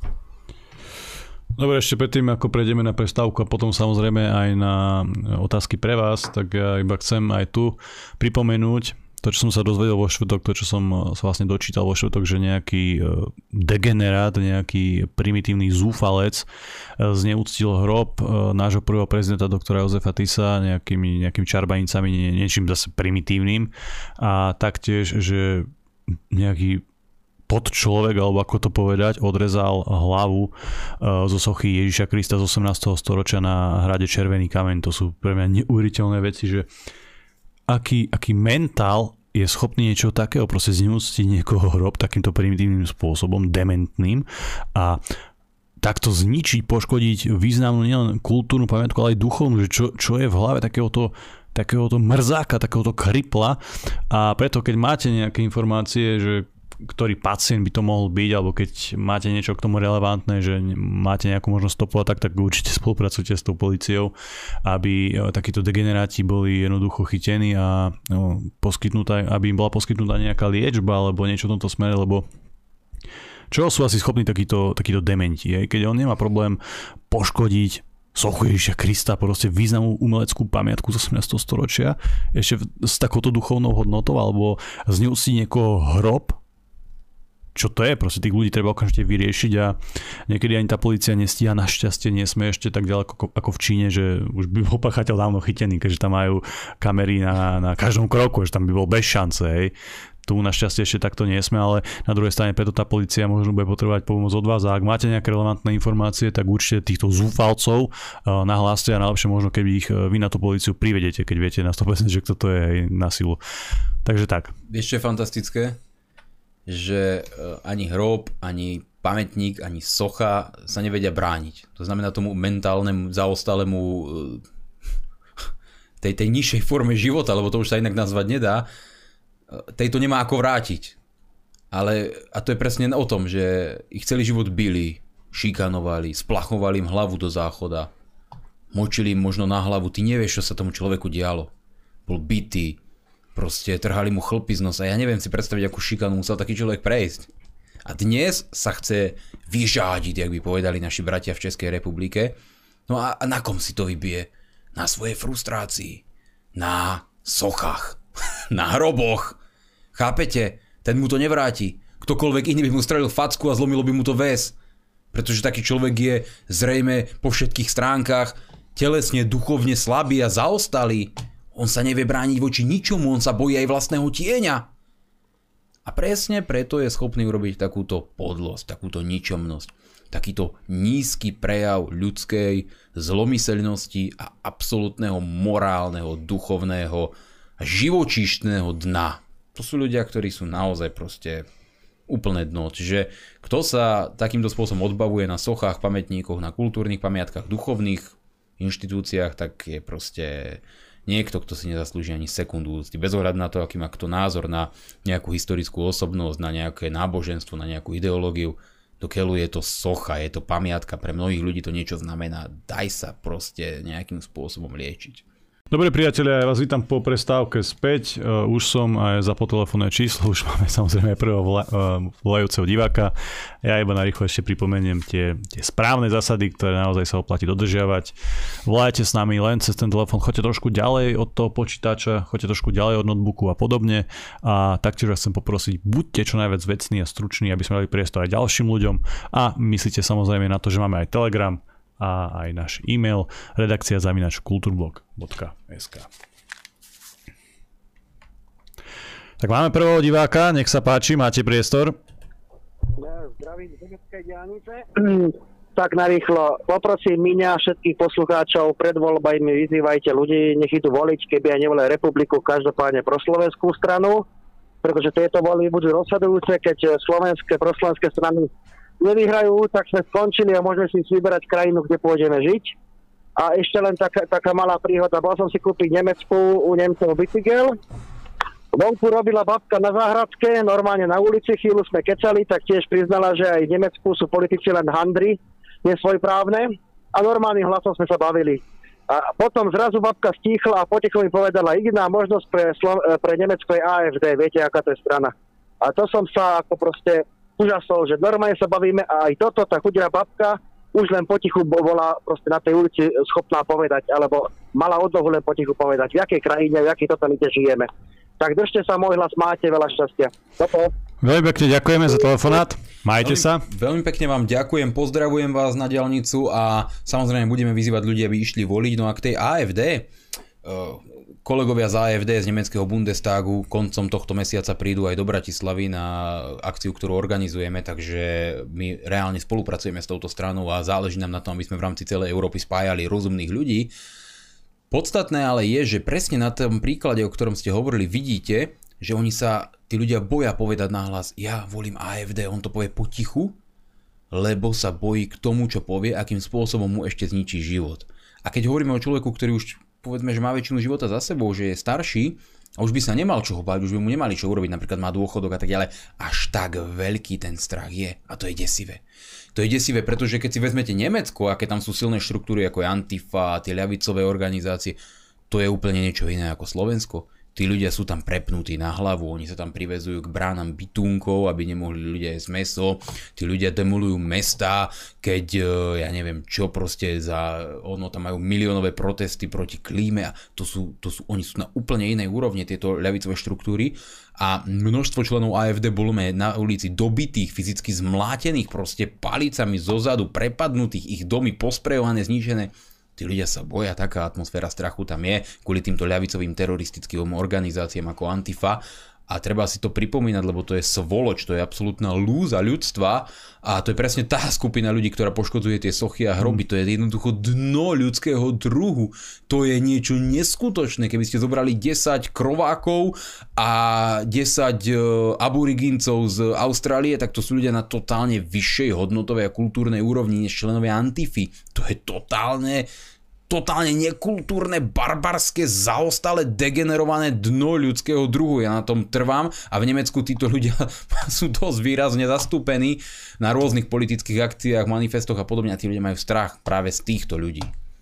Dobre, ešte predtým, ako prejdeme na prestávku a potom samozrejme aj na otázky pre vás, tak ja iba chcem aj tu pripomenúť to, čo som sa dozvedel vo štvrtok, to, čo som sa vlastne dočítal vo štvrtok, že nejaký degenerát, nejaký primitívny zúfalec zneúctil hrob nášho prvého prezidenta doktora Jozefa Tisa nejakými čarbanicami, niečím zase primitívnym a taktiež, že nejaký podčlovek, alebo ako to povedať, odrezal hlavu zo sochy Ježiša Krista z 18. storočia na hrade Červený kameň. To sú pre mňa neuveriteľné veci, že aký mentál je schopný niečo takého, proste zneuctiť niekoho hrob takýmto primitívnym spôsobom, dementným a takto zničiť, poškodiť významnú nielen kultúrnu pamiatku, ale aj duchovnú, že čo je v hlave takéhoto mrzáka, takéhoto kripla a preto keď máte nejaké informácie, že ktorý pacient by to mohol byť, alebo keď máte niečo k tomu relevantné, že máte nejakú možnosť stopovať, tak určite spolupracujte s tou políciou, aby takíto degeneráti boli jednoducho chytení a aby im bola poskytnutá nejaká liečba alebo niečo v tomto smere, lebo čo sú asi schopní takíto dementi, keď on nemá problém poškodiť sochu Ježiša Krista, proste významnú umeleckú pamiatku z 18. storočia, ešte s takouto duchovnou hodnotou, alebo zneúctiť niekoho hrob, čo to je, proste tých ľudí treba okamžite vyriešiť a niekedy ani tá polícia nestíha, našťastie nie sme ešte tak ďaleko ako v Číne, že už by bol páchateľ dávno chytený, keďže tam majú kamery na každom kroku, že tam by bol bez šance, hej. Tu našťastie ešte takto nie sme, ale na druhej strane preto tá polícia možno bude potrebovať pomoc od vás a ak máte nejaké relevantné informácie, tak určite týchto zúfalcov nahláste a najlepšie možno, keby ich vy na tú políciu privedete, keď viete na 100%, že kto to je aj na silu. Takže tak. Vieš, čo je fantastické? Že ani hrob, ani pamätník, ani socha sa nevedia brániť. To znamená tomu mentálnemu, zaostalému tej nižšej forme života, lebo to už sa inak nazvať nedá, tejto nemá ako vrátiť. A to je presne o tom, že ich celý život bili, šikanovali, splachovali im hlavu do záchoda, močili im možno na hlavu, ty nevieš, čo sa tomu človeku dialo. Bol bitý, proste trhali mu chlpy z nosa. Ja neviem si predstaviť, akú šikanu musel taký človek prejsť. A dnes sa chce vyžádiť, jak by povedali naši bratia v Českej republike. No a na kom si to vybije? Na svojej frustrácii. Na sochách. Na hroboch. Chápete? Ten mu to nevráti. Ktokoľvek iný by mu strelil facku a zlomilo by mu to väz. Pretože taký človek je zrejme po všetkých stránkach telesne, duchovne slabý a zaostalý. On sa nevie brániť voči ničomu, on sa bojí aj vlastného tieňa. A presne preto je schopný urobiť takúto podlosť, takúto ničomnosť, takýto nízky prejav ľudskej zlomyselnosti a absolútneho morálneho, duchovného a živočíštneho dna. To sú ľudia, ktorí sú naozaj proste úplné dno. Čiže kto sa takýmto spôsobom odbavuje na sochách, pamätníkoch, na kultúrnych pamiatkách, duchovných inštitúciách, tak je proste niekto, kto si nezaslúži ani sekundu úcty. Bez ohľadu na to, aký má kto názor na nejakú historickú osobnosť, na nejaké náboženstvo, na nejakú ideológiu. Dokiaľ je to socha, je to pamiatka, pre mnohých ľudí to niečo znamená. Daj sa proste nejakým spôsobom liečiť. Dobre priatelia, ja vás vítam po prestávke späť. Už som aj za telefónne číslo, už máme samozrejme prvého volajúceho diváka. Ja iba narýchlo ešte pripomeniem tie správne zásady, ktoré naozaj sa oplatí dodržiavať. Volajte s nami len cez ten telefón, choďte trošku ďalej od toho počítača, choďte trošku ďalej od notebooku a podobne. A taktiež vás chcem poprosiť, buďte čo najviac vecní a struční, aby sme dali priestor aj ďalším ľuďom. A myslíte samozrejme na to, že máme aj Telegram, a aj náš e-mail redakcia@kulturblog.sk. Tak máme prvého diváka, nech sa páči, máte priestor. Zdravím z nemeckej diaľnice. Tak narýchlo, poprosím Miňa všetkých poslucháčov, pred voľbami vyzývajte ľudí, nech idú voliť, keby aj nevolili Republiku, každopádne proslovenskú stranu, pretože tieto voľby budú rozhodujúce, keď proslovenské strany nevyhrajú, tak sme skončili a môžeme si vyberať krajinu, kde pôjdeme žiť. A ešte len taká malá príhoda, bol som si kúpiť u Nemcov bicykel. Vonku robila babka na záhradke, normálne na ulici, chvíľu sme kecali, tak tiež priznala, že aj v Nemecku sú politici len handry, nesvojprávne, a normálnym hlasom sme sa bavili. A potom zrazu babka stíchla a potichu mi povedala, jediná možnosť pre Nemecko je AfD, viete, aká to je strana. A to som sa ako proste úžasol, že normálne sa bavíme a aj toto, tá chudá babka už len potichu bola proste na tej ulici schopná povedať, alebo mala odvahu len potichu povedať, v jakej krajine, v jakej totalite žijeme. Tak držte sa, môj hlas, máte veľa šťastia. Toto. Veľmi pekne ďakujeme za telefonát. Majte sa. Veľmi pekne vám ďakujem, pozdravujem vás na diaľnicu a samozrejme budeme vyzývať ľudí, aby išli voliť. No a k tej AfD, kolegovia z AfD z nemeckého Bundestagu koncom tohto mesiaca prídu aj do Bratislavy na akciu, ktorú organizujeme, takže my reálne spolupracujeme s touto stranou a záleží nám na tom, aby sme v rámci celej Európy spájali rozumných ľudí. Podstatné ale je, že presne na tom príklade, o ktorom ste hovorili, vidíte, že oni sa, tí ľudia boja povedať nahlas, ja volím AfD, on to povie potichu, lebo sa bojí k tomu, čo povie, akým spôsobom mu ešte zničí život. A keď hovoríme o človeku, ktorý už povedzme, že má väčšinu života za sebou, že je starší a už by sa nemal čoho báť, už by mu nemali čo urobiť, napríklad má dôchodok a tak ďalej, až tak veľký ten strach je a to je desivé. To je desivé, pretože keď si vezmete Nemecko, aké tam sú silné štruktúry ako je Antifa, tie ľavicové organizácie, to je úplne niečo iné ako Slovensko. Tí ľudia sú tam prepnutí na hlavu, oni sa tam privezujú k bránam bytunkov, aby nemohli ľudia jesť mäso, tí ľudia demolujú mestá, keď ja neviem čo proste ono tam majú miliónové protesty proti klíme a oni sú na úplne inej úrovni tieto ľavicové štruktúry a množstvo členov AfD bolo na ulici dobitých, fyzicky zmlátených proste palicami zozadu, prepadnutých, ich domy posprejované, zničené. Tí ľudia sa boja, taká atmosféra strachu tam je kvôli týmto ľavicovým teroristickým organizáciám ako Antifa a treba si to pripomínať, lebo to je svoloč, to je absolútna lúza ľudstva a to je presne tá skupina ľudí, ktorá poškodzuje tie sochy a hroby, to je jednoducho dno ľudského druhu, to je niečo neskutočné, keby ste zobrali 10 krovákov a 10 aborigíncov z Austrálie, tak to sú ľudia na totálne vyššej hodnotovej a kultúrnej úrovni než členovia Antify, to je totálne nekultúrne, barbarské, zaostale, degenerované dno ľudského druhu. Ja na tom trvám a v Nemecku títo ľudia sú dosť výrazne zastúpení na rôznych politických akciách, manifestoch a podobne a tí ľudia majú strach práve z týchto ľudí.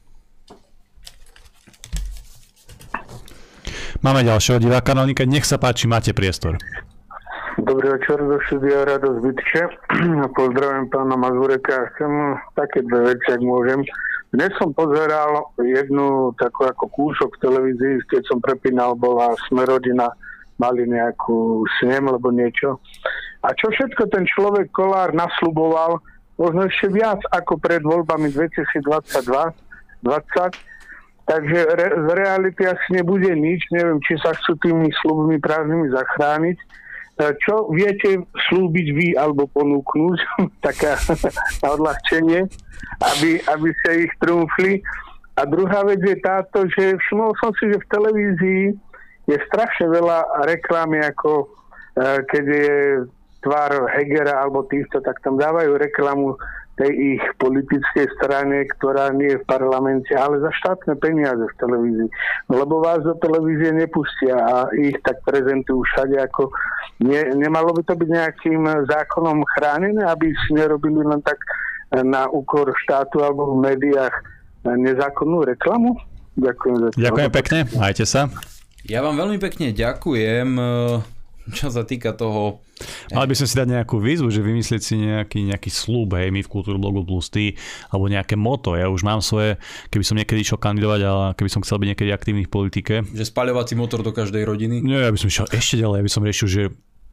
Máme ďalšieho diváka, Nonika, nech sa páči, máte priestor. Dobrý večer do štúdia Radosť Bytče. Pozdravujem pána Mazureka. Chcem také dve veci, ak môžem. Dnes som pozeral jednu takú ako kúsok v televízii, keď som prepínal, bola Smerodina, mali nejakú snem alebo niečo. A čo všetko ten človek Kollár nasľuboval, možno ešte viac ako pred voľbami 2022-2020, takže z reality asi nebude nič, neviem, či sa chcú tými sľubmi prázdnymi zachrániť. Čo viete slúbiť vy alebo ponúknuť, taká na odľahčenie, aby ste ich trúfli. A druhá vec je táto, že všimol som si, že v televízii je strašne veľa reklamy, ako keď je tvár Hegera alebo týchto, tak tam dávajú reklamu tej ich politickej strane, ktorá nie je v parlamente, ale za štátne peniaze v televízii. Lebo vás do televízie nepustia a ich tak prezentujú všade ako... Nemalo by to byť nejakým zákonom chránené, aby si nerobili len tak na úkor štátu alebo v médiách nezákonnú reklamu? Ďakujem za to. Ďakujem pekne, majte sa. Ja vám veľmi pekne ďakujem. Čo sa týka toho... Mali by sme si dať nejakú výzvu, že vymyslieť si nejaký sľub, hej, my v Kultúrblogu plus ty, alebo nejaké moto. Ja už mám svoje, keby som niekedy išiel kandidovať, ale keby som chcel byť niekedy aktívny v politike. Že spaľovací motor do každej rodiny? Nie, ja by som išiel ešte ďalej, ja by som riešil, že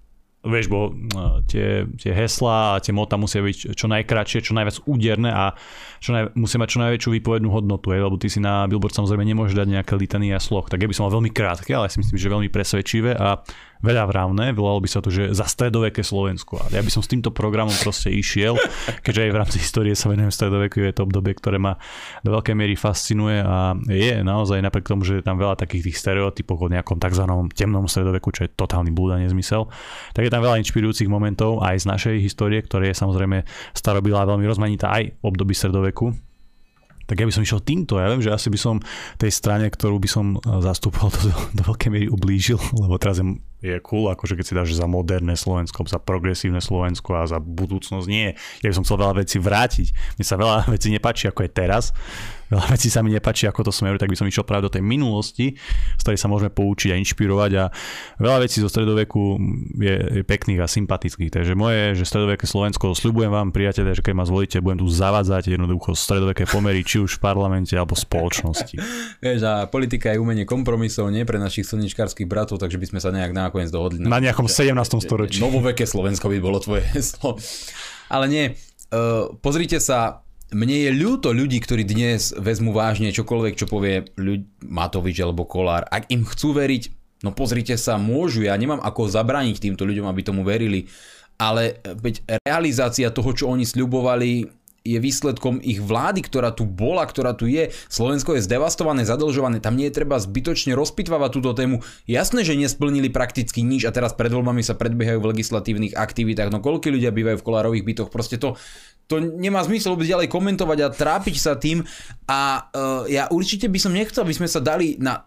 vieš, bo tie heslá a tie motá musia byť čo najkratšie, čo najviac úderné a musia mať čo najväčšiu výpovednú hodnotu, lebo ty si na billboard samozrejme nemôžeš dať nejaké litanie a sloh. Tak ja by som mal veľmi krátke, ale ja si myslím, že veľmi presvedčivé a veľa vrávne, volalo by sa to, že za stredoveké Slovensko. A ja by som s týmto programom proste išiel, keďže aj v rámci histórie sa venujem stredoveku, je to obdobie, ktoré ma do veľkej miery fascinuje a je naozaj napriek tomu, že je tam veľa takých tých stereotypov o nejakom takzvanom temnom stredoveku, čo je totálny blúd a nezmysel, tak je tam veľa inšpirujúcich momentov aj z našej histórie, ktoré je samozrejme starobylá, veľmi rozmanitá aj v období stredoveku. Tak ja by som išiel týmto. Ja viem, že asi by som tej strane, ktorú by som zastupoval, do veľkej miery ublížil, lebo teraz je cool, akože keď si dáš za moderné Slovensko, za progresívne Slovensko a za budúcnosť. Nie. Ja by som chcel veľa vecí vrátiť. Mne sa veľa vecí nepáči, ako je teraz. Veľa vecí sa mi nepáči, ako to smeruje, tak by som išiel práve do tej minulosti, z ktorej sa môžeme poučiť a inšpirovať a veľa vecí zo stredoveku je pekných a sympatických. Takže moje, že stredoveké Slovensko, sľubujem vám, priatelia, že keď ma zvolíte, budem tu zavádzať jednoducho stredoveké pomery, či už v parlamente alebo v spoločnosti. Vieš, a politika je umenie kompromisov, nie pre našich slniečkárskych bratov, takže by sme sa nejak nakoniec dohodli. Na nejakom 17. storočí. Novoveké Slovensko by bolo tvoje heslo. Ale nie, pozrite sa, mne je ľúto ľudí, ktorí dnes vezmú vážne čokoľvek, čo povie Matovič alebo Kollár. Ak im chcú veriť, no pozrite sa, môžu, ja nemám ako zabrániť týmto ľuďom, aby tomu verili, ale realizácia toho, čo oni sľubovali, je výsledkom ich vlády, ktorá tu bola, ktorá tu je. Slovensko je zdevastované, zadlžované, tam nie je treba zbytočne rozpitvávať túto tému. Jasné, že nesplnili prakticky nič a teraz pred voľbami sa predbiehajú v legislatívnych aktivitách. No koľko ľudia bývajú v Kollárových bytoch, proste to nemá zmysel vôbec ďalej komentovať a trápiť sa tým. A ja určite by som nechcel, aby sme sa dali na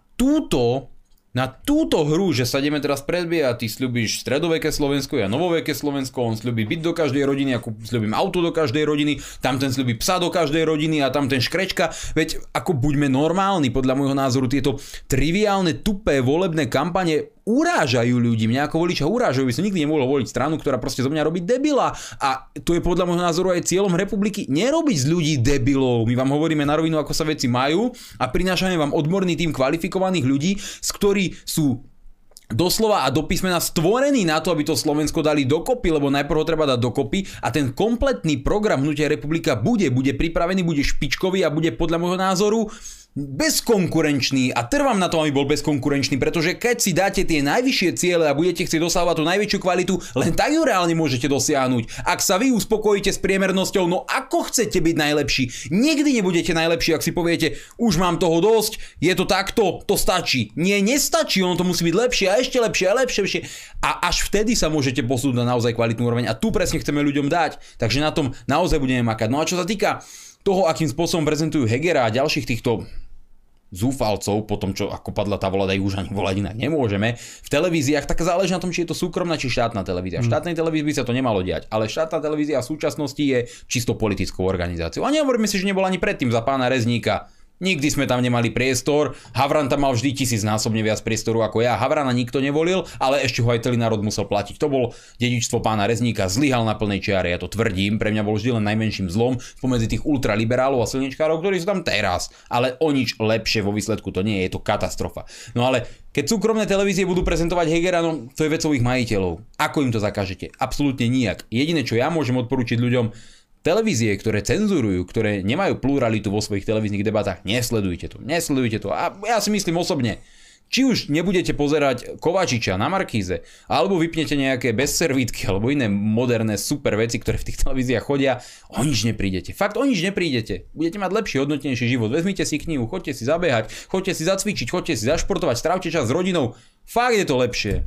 túto hru, že sa ideme teraz predbiehať, ty sľubíš stredoveké Slovensko, ja novoveké Slovensko, on sľubí byt do každej rodiny, ako sľubím auto do každej rodiny, tam ten sľubí psa do každej rodiny a tam ten škrečka. Veď ako buďme normálni, podľa môjho názoru tieto triviálne, tupé volebné kampane urážajú ľudí. Mňa ako voliča urážajú, by som nikdy nemohol voliť stranu, ktorá proste zo mňa robí debila. A to je podľa môjho názoru aj cieľom republiky, nerobiť z ľudí debilov. My vám hovoríme na rovinu, ako sa veci majú a prinášame vám odborný tým kvalifikovaných ľudí, z ktorí sú doslova a do písmena stvorení na to, aby to Slovensko dali dokopy, lebo najprv ho treba dať dokopy a ten kompletný program Hnutia republika bude pripravený, bude špičkový a bude podľa môjho názoru bezkonkurenčný a trvám na to, aby bol bezkonkurenčný, pretože keď si dáte tie najvyššie ciele a budete chcieť dosahovať tú najväčšiu kvalitu, len tak ju reálne môžete dosiahnuť. Ak sa vy uspokojíte s priemernosťou, no ako chcete byť najlepší? Nikdy nebudete najlepší, ak si poviete, už mám toho dosť, je to takto, to stačí. Nie, nestačí, ono to musí byť lepšie a ešte lepšie a lepšie. A až vtedy sa môžete posunúť na naozaj kvalitnú úroveň a tu presne chceme ľuďom dať. Takže na tom naozaj budeme makať. No a čo sa týka toho, akým spôsobom prezentujú Hegera a ďalších týchto zúfalcov, po tom, čo ako padla tá volada, už ani volať inak nemôžeme, v televíziách, tak záleží na tom, či je to súkromná, či štátna televízia. V štátnej televízii by sa to nemalo diať, ale štátna televízia v súčasnosti je čisto politickou organizáciou. A nehovoríme si, že nebol ani predtým za pána Rezníka. Nikdy sme tam nemali priestor, Havran tam mal vždy 1000-násobne viac priestoru ako ja. Havrana nikto nevolil, ale ešte ho aj celý národ musel platiť. To bol dedičstvo pána Rezníka, zlyhal na plnej čiare, ja to tvrdím, pre mňa bol vždy len najmenším zlom pomedzi tých ultraliberálov a slnečkárov, ktorí sú tam teraz, ale o nič lepšie vo výsledku to nie je, je to katastrofa. No ale keď súkromné televízie budú prezentovať Hegera, no to je vecou ich majiteľov. Ako im to zakážete? Absolútne nijak. Jediné, čo ja môžem odporučiť ľuďom, televízie, ktoré cenzurujú, ktoré nemajú pluralitu vo svojich televíznych debatách, nesledujte to. A ja si myslím osobne, či už nebudete pozerať Kovačiča na Markíze, alebo vypnete nejaké bezservítky, alebo iné moderné super veci, ktoré v tých televíziách chodia, o nič neprídete. Fakt o nič neprídete. Budete mať lepší, hodnotnejší život. Vezmite si knihu, choďte si zabehať, choďte si zacvičiť, choďte si zašportovať, strávte čas s rodinou. Fakt je to lepšie.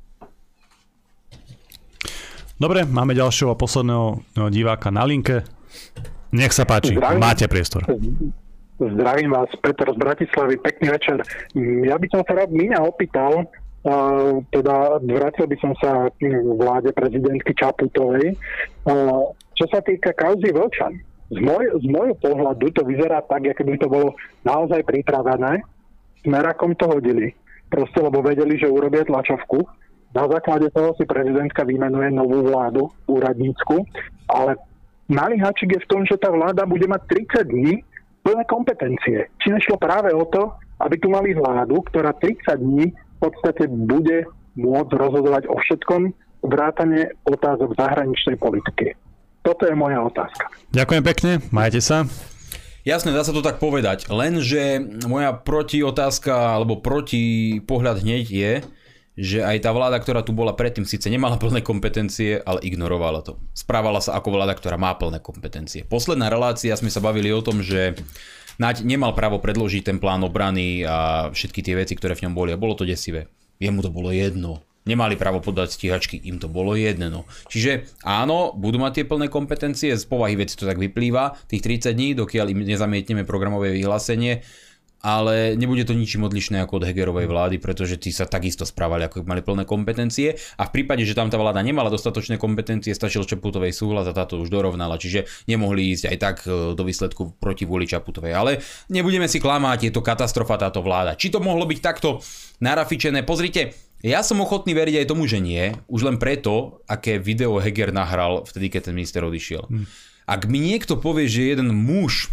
Dobre, máme ďalšieho a posledného diváka na linke. Nech sa páči, máte priestor. Zdravím vás, Peter z Bratislavy, pekný večer. Ja by som sa rád Míňa opýtal, vrátil by som sa k vláde prezidentky Čaputovej. Čo sa týka kauzy Vlčan, z môjho pohľadu to vyzerá tak, ako by to bolo naozaj pripravené, smerakom to hodili. Proste, lebo vedeli, že urobia tlačovku. Na základe toho si prezidentka vymenuje novú vládu úradnícku, ale malý háčik je v tom, že tá vláda bude mať 30 dní plné kompetencie. Či nešlo práve o to, aby tu mali vládu, ktorá 30 dní v podstate bude môcť rozhodovať o všetkom, vrátane otázok zahraničnej politiky. Toto je moja otázka. Ďakujem pekne, majte sa. Jasné, dá sa to tak povedať, lenže moja protiotázka alebo protipohľad hneď je, že aj tá vláda, ktorá tu bola predtým, síce nemala plné kompetencie, ale ignorovala to. Správala sa ako vláda, ktorá má plné kompetencie. Posledná relácia sme sa bavili o tom, že Naď nemal právo predložiť ten plán obrany a všetky tie veci, ktoré v ňom boli. A bolo to desivé. Jemu to bolo jedno. Nemali právo podať stíhačky, im to bolo jedno. Čiže áno, budú mať tie plné kompetencie, z povahy veci to tak vyplýva, tých 30 dní, dokiaľ im nezamietneme programové vyhlásenie, ale nebude to ničím odlišné ako od Hegerovej vlády, pretože tí sa takisto správali, ako mali plné kompetencie a v prípade, že tam tá vláda nemala dostatočné kompetencie, stačil Čaputovej súhlas a táto už dorovnala, čiže nemohli ísť aj tak do výsledku proti vôli Čaputovej. Ale nebudeme si klamať, je to katastrofa táto vláda. Či to mohlo byť takto narafičené? Pozrite, ja som ochotný veriť aj tomu, že nie, už len preto, aké video Heger nahral vtedy, keď ten minister odišiel. Ak mi niekto povie, že jeden muž,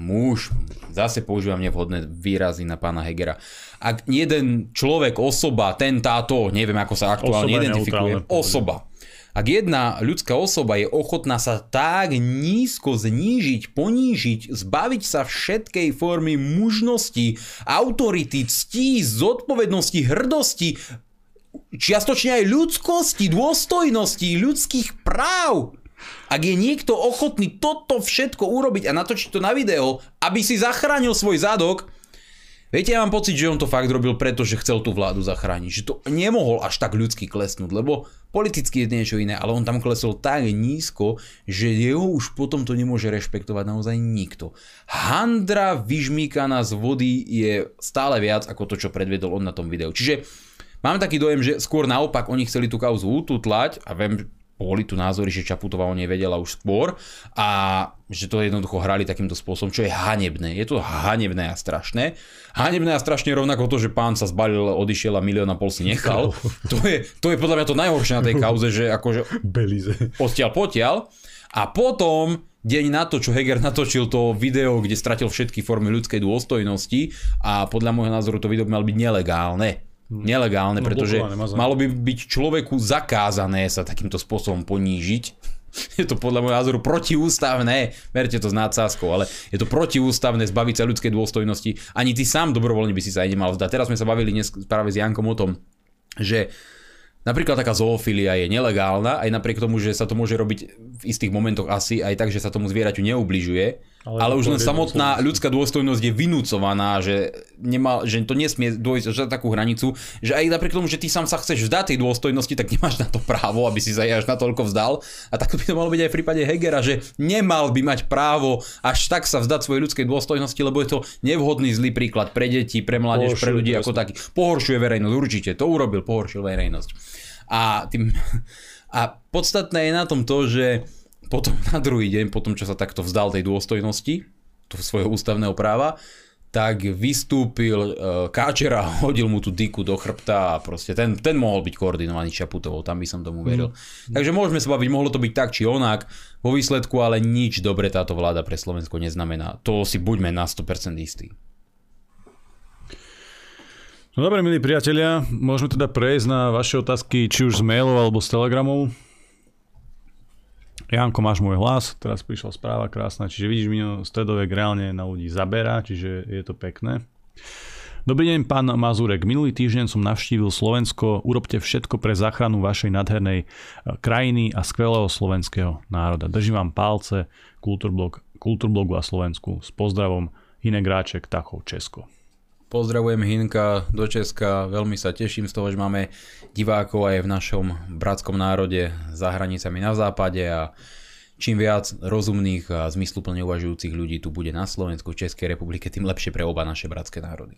zase používam nevhodné výrazy na pána Hegera, ak jeden človek, osoba, ten, táto, neviem ako sa aktuálne identifikuje, osoba. Ak jedna ľudská osoba je ochotná sa tak nízko znížiť, ponížiť, zbaviť sa všetkej formy mužnosti, autority, ctí, zodpovednosti, hrdosti, čiastočne aj ľudskosti, dôstojnosti, ľudských práv. Ak je niekto ochotný toto všetko urobiť a natočiť to na video, aby si zachránil svoj zadok, viete, ja mám pocit, že on to fakt robil preto, že chcel tú vládu zachrániť. Že to nemohol až tak ľudsky klesnúť, lebo politicky je niečo iné, ale on tam klesol tak nízko, že jeho už potom to nemôže rešpektovať naozaj nikto. Handra vyžmýkaná z vody je stále viac ako to, čo predvedol on na tom videu. Čiže mám taký dojem, že skôr naopak oni chceli tú kauzu ututlať a viem, boli tu názory, že Čaputová o nej vedela už skôr a že to jednoducho hrali takýmto spôsobom, čo je hanebné. Je to hanebné a strašné. Hanebné a strašne rovnako to, že pán sa zbalil, odišiel a 1,5 milióna si nechal. To je podľa mňa to najhoršie na tej kauze, že akože potiaľ. A potom deň na to, čo Heger natočil to video, kde stratil všetky formy ľudskej dôstojnosti a podľa môjho názoru to video by malo byť nelegálne. Nelegálne, pretože malo by byť človeku zakázané sa takýmto spôsobom ponížiť. Je to podľa môjho názoru protiústavné, verte to s nadsázkou, ale je to protiústavné zbaviť sa ľudskej dôstojnosti. Ani ty sám dobrovoľne by si sa aj nemal vzdať. Teraz sme sa bavili dnes práve s Jankom o tom, že napríklad taká zoofilia je nelegálna, aj napriek tomu, že sa to môže robiť v istých momentoch asi aj tak, že sa tomu zvieraťu neubližuje. Ale už len samotná ľudská dôstojnosť je vynúcovaná, že to nesmie dôjsť až na takú hranicu, že aj napriek tomu, že ty sám sa chceš vzdať tej dôstojnosti, tak nemáš na to právo, aby si sa až natoľko vzdal. A tak by to malo byť aj v prípade Hegera, že nemal by mať právo až tak sa vzdať svojej ľudskej dôstojnosti, lebo je to nevhodný zlý príklad pre deti, pre mládež, pre ľudí ako taký. Pohoršuje verejnosť, určite. To urobil, pohoršil verejnosť. A podstatné je na tom to, že potom na druhý deň, potom čo sa takto vzdal tej dôstojnosti, svojho ústavného práva, tak vystúpil Káčer a hodil mu tú diku do chrbta a proste ten mohol byť koordinovaný Čaputovou, tam by som tomu veril. Takže môžeme sa baviť, mohlo to byť tak či onak, vo výsledku ale nič dobre táto vláda pre Slovensko neznamená. To si buďme na 100% istí. No dobre, milí priatelia, môžeme teda prejsť na vaše otázky, či už z mailov alebo z telegramov. Janko, máš môj hlas, teraz prišla správa krásna, čiže vidíš, Miňo, stredovek reálne na ľudí zabera, čiže je to pekné. Dobrý deň, pán Mazurek. Minulý týždeň som navštívil Slovensko. Urobte všetko pre záchranu vašej nádhernej krajiny a skvelého slovenského národa. Držím vám palce, Kultúrblogu a Slovensku. S pozdravom, Hinek Ráček, Tachov, Česko. Pozdravujem Hinka do Česka, veľmi sa teším z toho, že máme divákov aj v našom bratskom národe za hranicami na západe a čím viac rozumných a zmysluplne uvažujúcich ľudí tu bude na Slovensku, v Českej republike, tým lepšie pre oba naše bratské národy.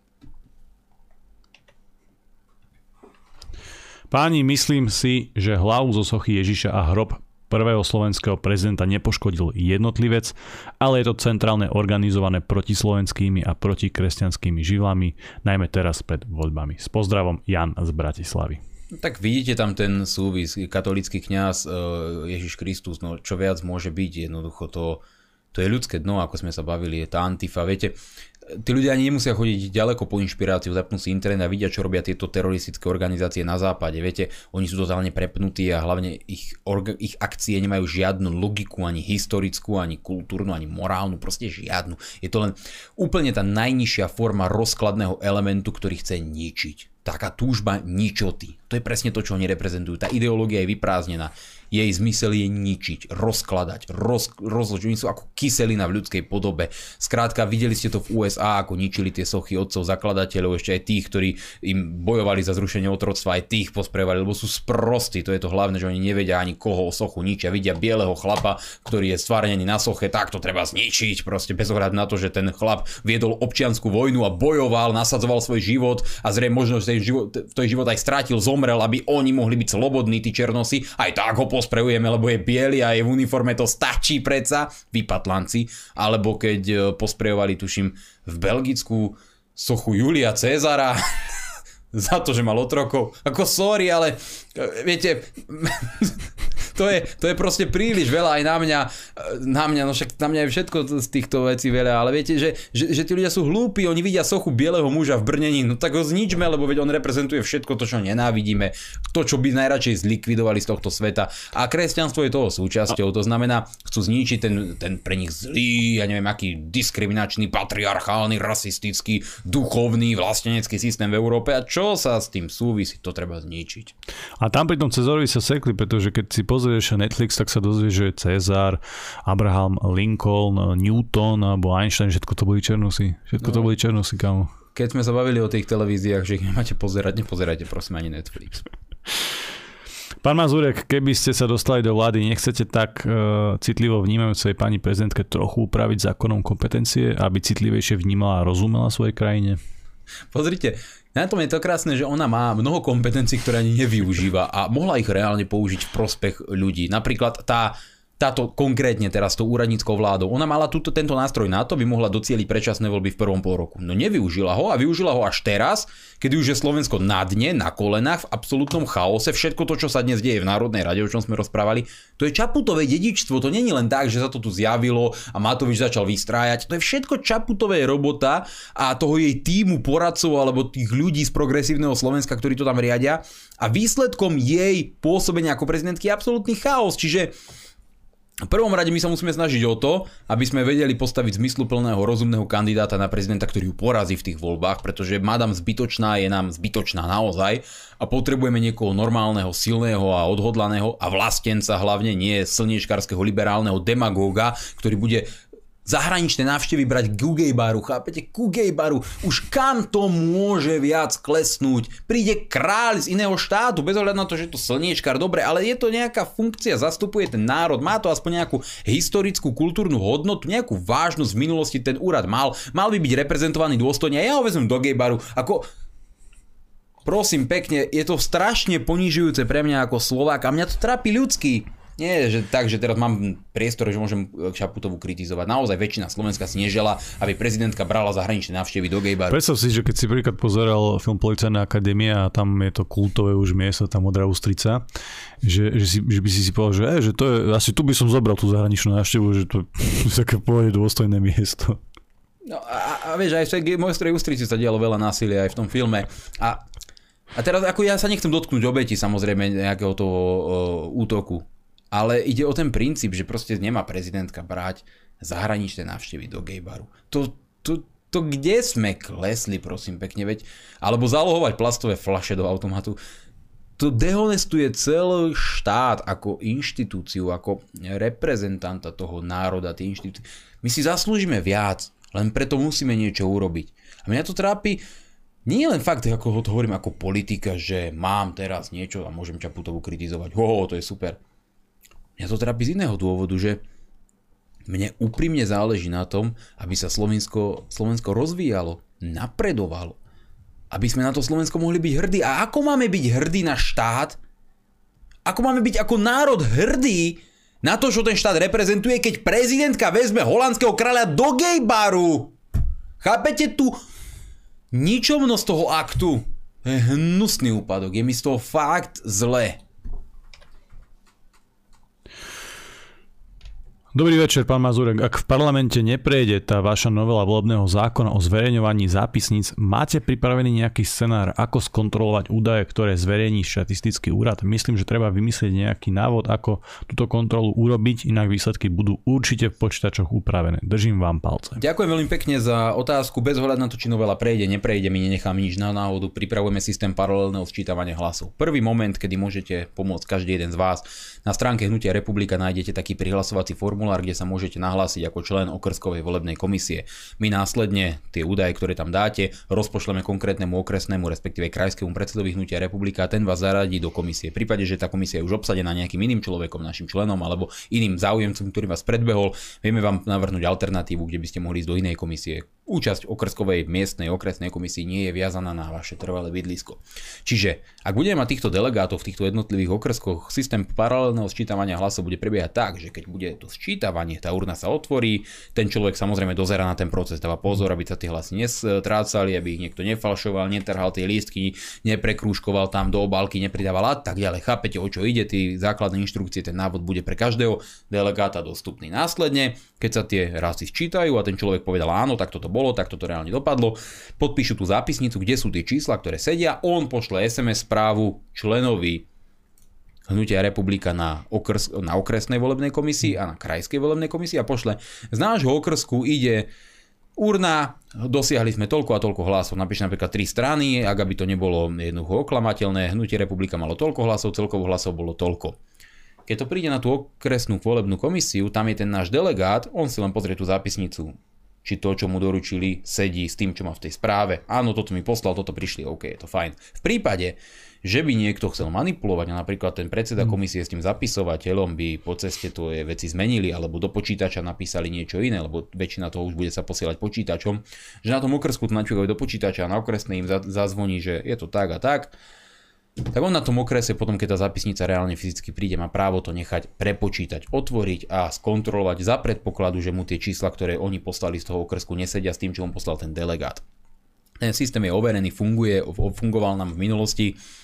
Páni, myslím si, že hlavu zo sochy Ježiša a hrob prvého slovenského prezidenta nepoškodil jednotlivec, ale je to centrálne organizované protislovenskými a protikresťanskými živlami, najmä teraz pred voľbami. S pozdravom, Jan z Bratislavy. Tak vidíte tam ten súvis, katolícky kňaz Ježiš Kristus, no čo viac môže byť, jednoducho to je ľudské dno, ako sme sa bavili, je tá antifa, viete. tí ľudia ani nemusia chodiť ďaleko po inšpiráciu, zapnú si internet a vidia, čo robia tieto teroristické organizácie na západe. Viete, oni sú totálne prepnutí a hlavne ich akcie nemajú žiadnu logiku, ani historickú, ani kultúrnu, ani morálnu, proste žiadnu. Je to len úplne tá najnižšia forma rozkladného elementu, ktorý chce ničiť. Taká túžba ničoty. To je presne to, čo oni reprezentujú. Tá ideológia je vyprázdnená. Jej zmysel je ničiť, rozkladať, rozložiť. Oni sú ako kyselina v ľudskej podobe. Skrátka, videli ste to v USA, ako ničili tie sochy otcov zakladateľov, ešte aj tých, ktorí im bojovali za zrušenie otroctva, aj tých posprevali, lebo sú sprostí. To je to hlavné, že oni nevedia ani koho sochu ničia. Vidia bieleho chlapa, ktorý je stvárnený na soche, tak to treba zničiť. Proste bez ohľadu na to, že ten chlap viedol občiansku vojnu a bojoval, nasadzoval svoj život a zrejme možno v život aj strátil, zomrel, aby oni mohli byť slobodní, tí černosi. Aj tak ho posprejujeme, lebo je biely a je v uniforme, to stačí predsa, vypatlanci. Alebo keď posprejovali, tuším, v Belgicku sochu Julia Cezara za to, že mal otrokov. Ako sorry, ale viete, to je proste príliš veľa aj na mňa, no však na mňa je všetko z týchto vecí veľa, ale viete, že tí ľudia sú hlúpi, oni vidia sochu bieleho muža v brnení, no tak ho zničme, lebo veď on reprezentuje všetko to, čo nenávidíme, to, čo by najradšej zlikvidovali z tohto sveta. A kresťanstvo je toho súčasťou, to znamená, chcú zničiť ten pre nich zlý, ja neviem, aký diskriminačný, patriarchálny, rasistický, duchovný, vlastenecký systém v Európe a čo sa s tým súvisí, to treba zničiť. A tam pri tom Cezarovi sa sekli, pretože keď si pozrieš Netflix, tak sa dozvieš, že Cezar, Abraham Lincoln, Newton alebo Einstein, všetko to boli černusy. Všetko to boli černusy, kámo. Keď sme sa bavili o tých televíziách, že ich nemáte pozerať, nepozerajte prosím ani Netflix. Pán Mazurek, keby ste sa dostali do vlády, nechcete tak citlivo vnímajúcej pani prezidentke trochu upraviť zákonom kompetencie, aby citlivejšie vnímala a rozumela svojej krajine? Pozrite, na tom je to krásne, že ona má mnoho kompetencií, ktoré ani nevyužíva a mohla ich reálne použiť v prospech ľudí. Napríklad táto konkrétne teraz tou úradníckou vládou, ona mala tento nástroj na to, by mohla docieliť predčasné voľby v prvom polroku. No nevyužila ho a využila ho až teraz, keď už je Slovensko na dne, na kolenách, v absolútnom chaose. Všetko to, čo sa dnes deje v Národnej rade, o čom sme rozprávali, to je Čaputové dedičstvo. To nie je len tak, že sa to tu zjavilo a Matovič začal vystrájať. To je všetko Čaputovej robota a toho jej tímu poradcov alebo tých ľudí z progresívneho Slovenska, ktorí to tam riadia. A výsledkom jej pôsobenia ako prezidentky je absolútny chaos. Čiže v prvom rade my sa musíme snažiť o to, aby sme vedeli postaviť zmysluplného, rozumného kandidáta na prezidenta, ktorý ju porazí v tých voľbách, pretože madam zbytočná je nám zbytočná naozaj a potrebujeme niekoho normálneho, silného a odhodlaného a vlastenca hlavne, nie slniečkarského liberálneho demagóga, ktorý bude zahraničné návštevy brať ku gejbaru, chápete? Ku gejbaru. Už kam to môže viac klesnúť? Príde kráľ z iného štátu, bez ohľadu na to, že je to slniečkar, dobre, ale je to nejaká funkcia, zastupuje ten národ, má to aspoň nejakú historickú, kultúrnu hodnotu, nejakú vážnosť v minulosti ten úrad mal by byť reprezentovaný dôstojne a ja ho vezmem do gejbaru. Ako prosím pekne, je to strašne ponižujúce pre mňa ako Slovák a mňa to trápi ľudský. Nie, že tak, že teraz mám priestor, že môžem Čaputovú kritizovať. Naozaj väčšina Slovenska si nežela, aby prezidentka brala zahraničné návštevy do gejbaru. Predstav si, že keď si príklad pozeral film Policajná akadémia a tam je to kultové už miesto, tá modrá ústrica, že by si povedal, že to je, asi tu by som zobral tú zahraničnú návštevu, že to je také povedať dôstojné miesto. No a vieš, aj v tej mojstrej ústrici sa dialo veľa násilia aj v tom filme. A teraz ako ja sa nechcem dotknúť obeti samozrejme nejakého toho útoku. Ale ide o ten princíp, že proste nemá prezidentka brať zahraničné návštevy do gejbaru. To kde sme klesli, prosím pekne, veď? Alebo zalohovať plastové fľaše do automatu. To dehonestuje celý štát ako inštitúciu, ako reprezentanta toho národa, tej inštitúcie. My si zaslúžime viac, len preto musíme niečo urobiť. A mňa to trápi. Nie je len fakt, ako to hovorím ako politika, že mám teraz niečo a môžem Čaputovú kritizovať. To je super. Mňa to trápi z iného dôvodu, že mne úprimne záleží na tom, aby sa Slovensko rozvíjalo, napredovalo. Aby sme na to Slovensko mohli byť hrdí. A ako máme byť hrdí na štát? Ako máme byť ako národ hrdí na to, čo ten štát reprezentuje, keď prezidentka vezme holandského kráľa do gejbaru? Chápete tu ničomnosť toho aktu? To je hnusný úpadok. Je mi z toho fakt zle. Dobrý večer, pán Mazurek. Ak v parlamente neprejde tá vaša novela volebného zákona o zverejňovaní zápisníc, máte pripravený nejaký scenár, ako skontrolovať údaje, ktoré zverejní štatistický úrad? Myslím, že treba vymyslieť nejaký návod, ako túto kontrolu urobiť, inak výsledky budú určite v počítačoch upravené. Držím vám palce. Ďakujem veľmi pekne za otázku. Bez ohľadu na to, či novela prejde, neprejde, my nenecháme nič na náhodu. Pripravujeme systém paralelného sčítavania hlasov. Prvý moment, kedy môžete pomôcť každý jeden z vás, na stránke Hnutia Republika nájdete taký prihlasovací formulár, kde sa môžete nahlásiť ako člen okrskovej volebnej komisie. My následne tie údaje, ktoré tam dáte, rozpošleme konkrétnemu okresnému, respektíve krajskému predsedovi Hnutia Republika a ten vás zaradí do komisie. V prípade, že tá komisia je už obsadená nejakým iným človekom, našim členom alebo iným záujemcom, ktorý vás predbehol, vieme vám navrhnúť alternatívu, kde by ste mohli ísť do inej komisie. Účasť okrskovej miestnej okresnej komisii nie je viazaná na vaše trvalé bydlisko. Čiže ak budeme mať týchto delegátov v týchto jednotlivých okrskoch, systém paralelného sčítavania hlasov bude prebiehať tak, že keď bude to sčítavanie, tá urna sa otvorí, ten človek samozrejme dozerá na ten proces, dáva pozor, aby sa tie hlasy nestrácali, aby ich niekto nefalšoval, netrhal tie lístky, neprekrúžkoval tam do obálky, nepridával a tak ďalej. Chápete, o čo ide? Tí základné inštrukcie, ten návod bude pre každého delegáta dostupný. Následne, keď sa tie hlasy sčítajú a ten človek povedal áno, tak toto bolo, tak toto reálne dopadlo, podpíšu tú zápisnicu, kde sú tie čísla, ktoré sedia, on pošle SMS správu členovi Hnutia Republika na okresnej volebnej komisii a na krajskej volebnej komisii a pošle z nášho okrsku ide urna, dosiahli sme toľko a toľko hlasov, napíšte napríklad 3 strany, ak aby to nebolo jednoducho oklamateľné, Hnutie Republika malo toľko hlasov, celkovo hlasov bolo toľko. Keď to príde na tú okresnú volebnú komisiu, tam je ten náš delegát, on si len pozrie tú zápisnicu, či to, čo mu doručili, sedí s tým, čo má v tej správe. Áno, toto mi poslal, toto prišli, OK, je to fajn. V prípade, že by niekto chcel manipulovať a napríklad ten predseda komisie s tým zapisovateľom by po ceste to veci zmenili alebo do počítača napísali niečo iné, lebo väčšina toho už bude sa posielať počítačom, že na tom okrsku to načúvajú do počítača a na okresnej im zazvoní, že je to tak a tak on na tom okrese potom, keď tá zápisnica reálne fyzicky príde, má právo to nechať prepočítať, otvoriť a skontrolovať za predpokladu, že mu tie čísla, ktoré oni poslali z toho okresku, nesedia s tým, čo mu poslal ten delegát. Ten systém je overený, fungoval nám v minulosti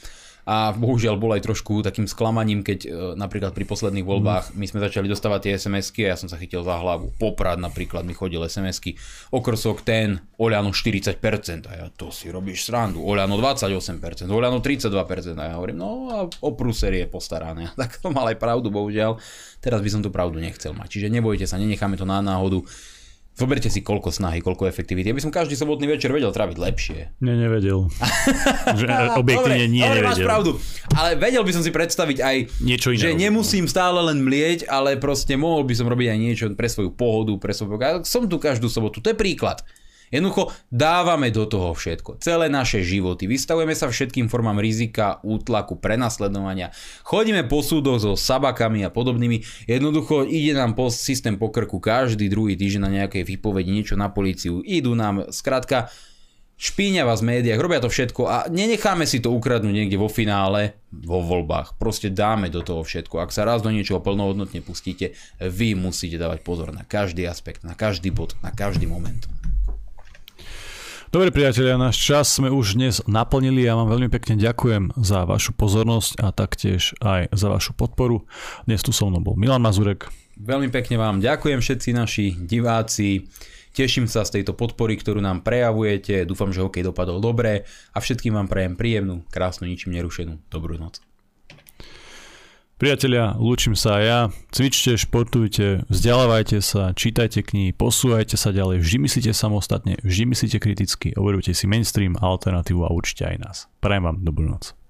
a bohužiaľ bol aj trošku takým sklamaním, keď napríklad pri posledných voľbách my sme začali dostávať tie SMS-ky a ja som sa chytil za hlavu. Poprad napríklad mi chodil SMS-ky, okrsok ten, Oľano 40% a ja to si robíš srandu, Oľano 28%, Oľano 32% a ja hovorím, no a o prúserie je postarané. Tak to mal aj pravdu, bohužiaľ. Teraz by som tú pravdu nechcel mať. Čiže nebojte sa, nenecháme to na náhodu. Zoberte si koľko snahy, koľko efektivity. Ja by som každý sobotný večer vedel tráviť lepšie. Nevedel. Objektívne nevedel. Máš pravdu. Ale vedel by som si predstaviť aj, niečo iné, že nemusím stále len mlieť, ale proste mohol by som robiť aj niečo pre svoju pohodu, pre svoju pohodu. Som tu každú sobotu. To je príklad. Jednoducho dávame do toho všetko. Celé naše životy. Vystavujeme sa všetkým formám rizika, útlaku, prenasledovania. Chodíme po súdoch so sabakami a podobnými. Jednoducho ide nám systém po krku každý druhý týždeň na nejakej výpovedi, niečo na políciu. Idú nám, skrátka, špíňa vás v médiách, robia to všetko a nenecháme si to ukradnúť niekde vo finále, vo voľbách. Proste dáme do toho všetko. Ak sa raz do niečoho plnohodnotne pustíte, vy musíte dávať pozor na každý aspekt, na každý bod, na každý moment. Dobre priatelia, náš čas sme už dnes naplnili. Ja vám veľmi pekne ďakujem za vašu pozornosť a taktiež aj za vašu podporu. Dnes tu so mnou bol Milan Mazurek. Veľmi pekne vám ďakujem všetci naši diváci. Teším sa z tejto podpory, ktorú nám prejavujete. Dúfam, že hokej dopadol dobre a všetkým vám prajem príjemnú, krásnu, ničím nerušenú dobrú noc. Priatelia, lúčim sa aj ja. Cvičte, športujte, vzdelávajte sa, čítajte knihy, posúvajte sa ďalej, vždy myslíte samostatne, vždy myslíte kriticky, overujte si mainstream, alternatívu a určite aj nás. Prajem vám dobrú noc.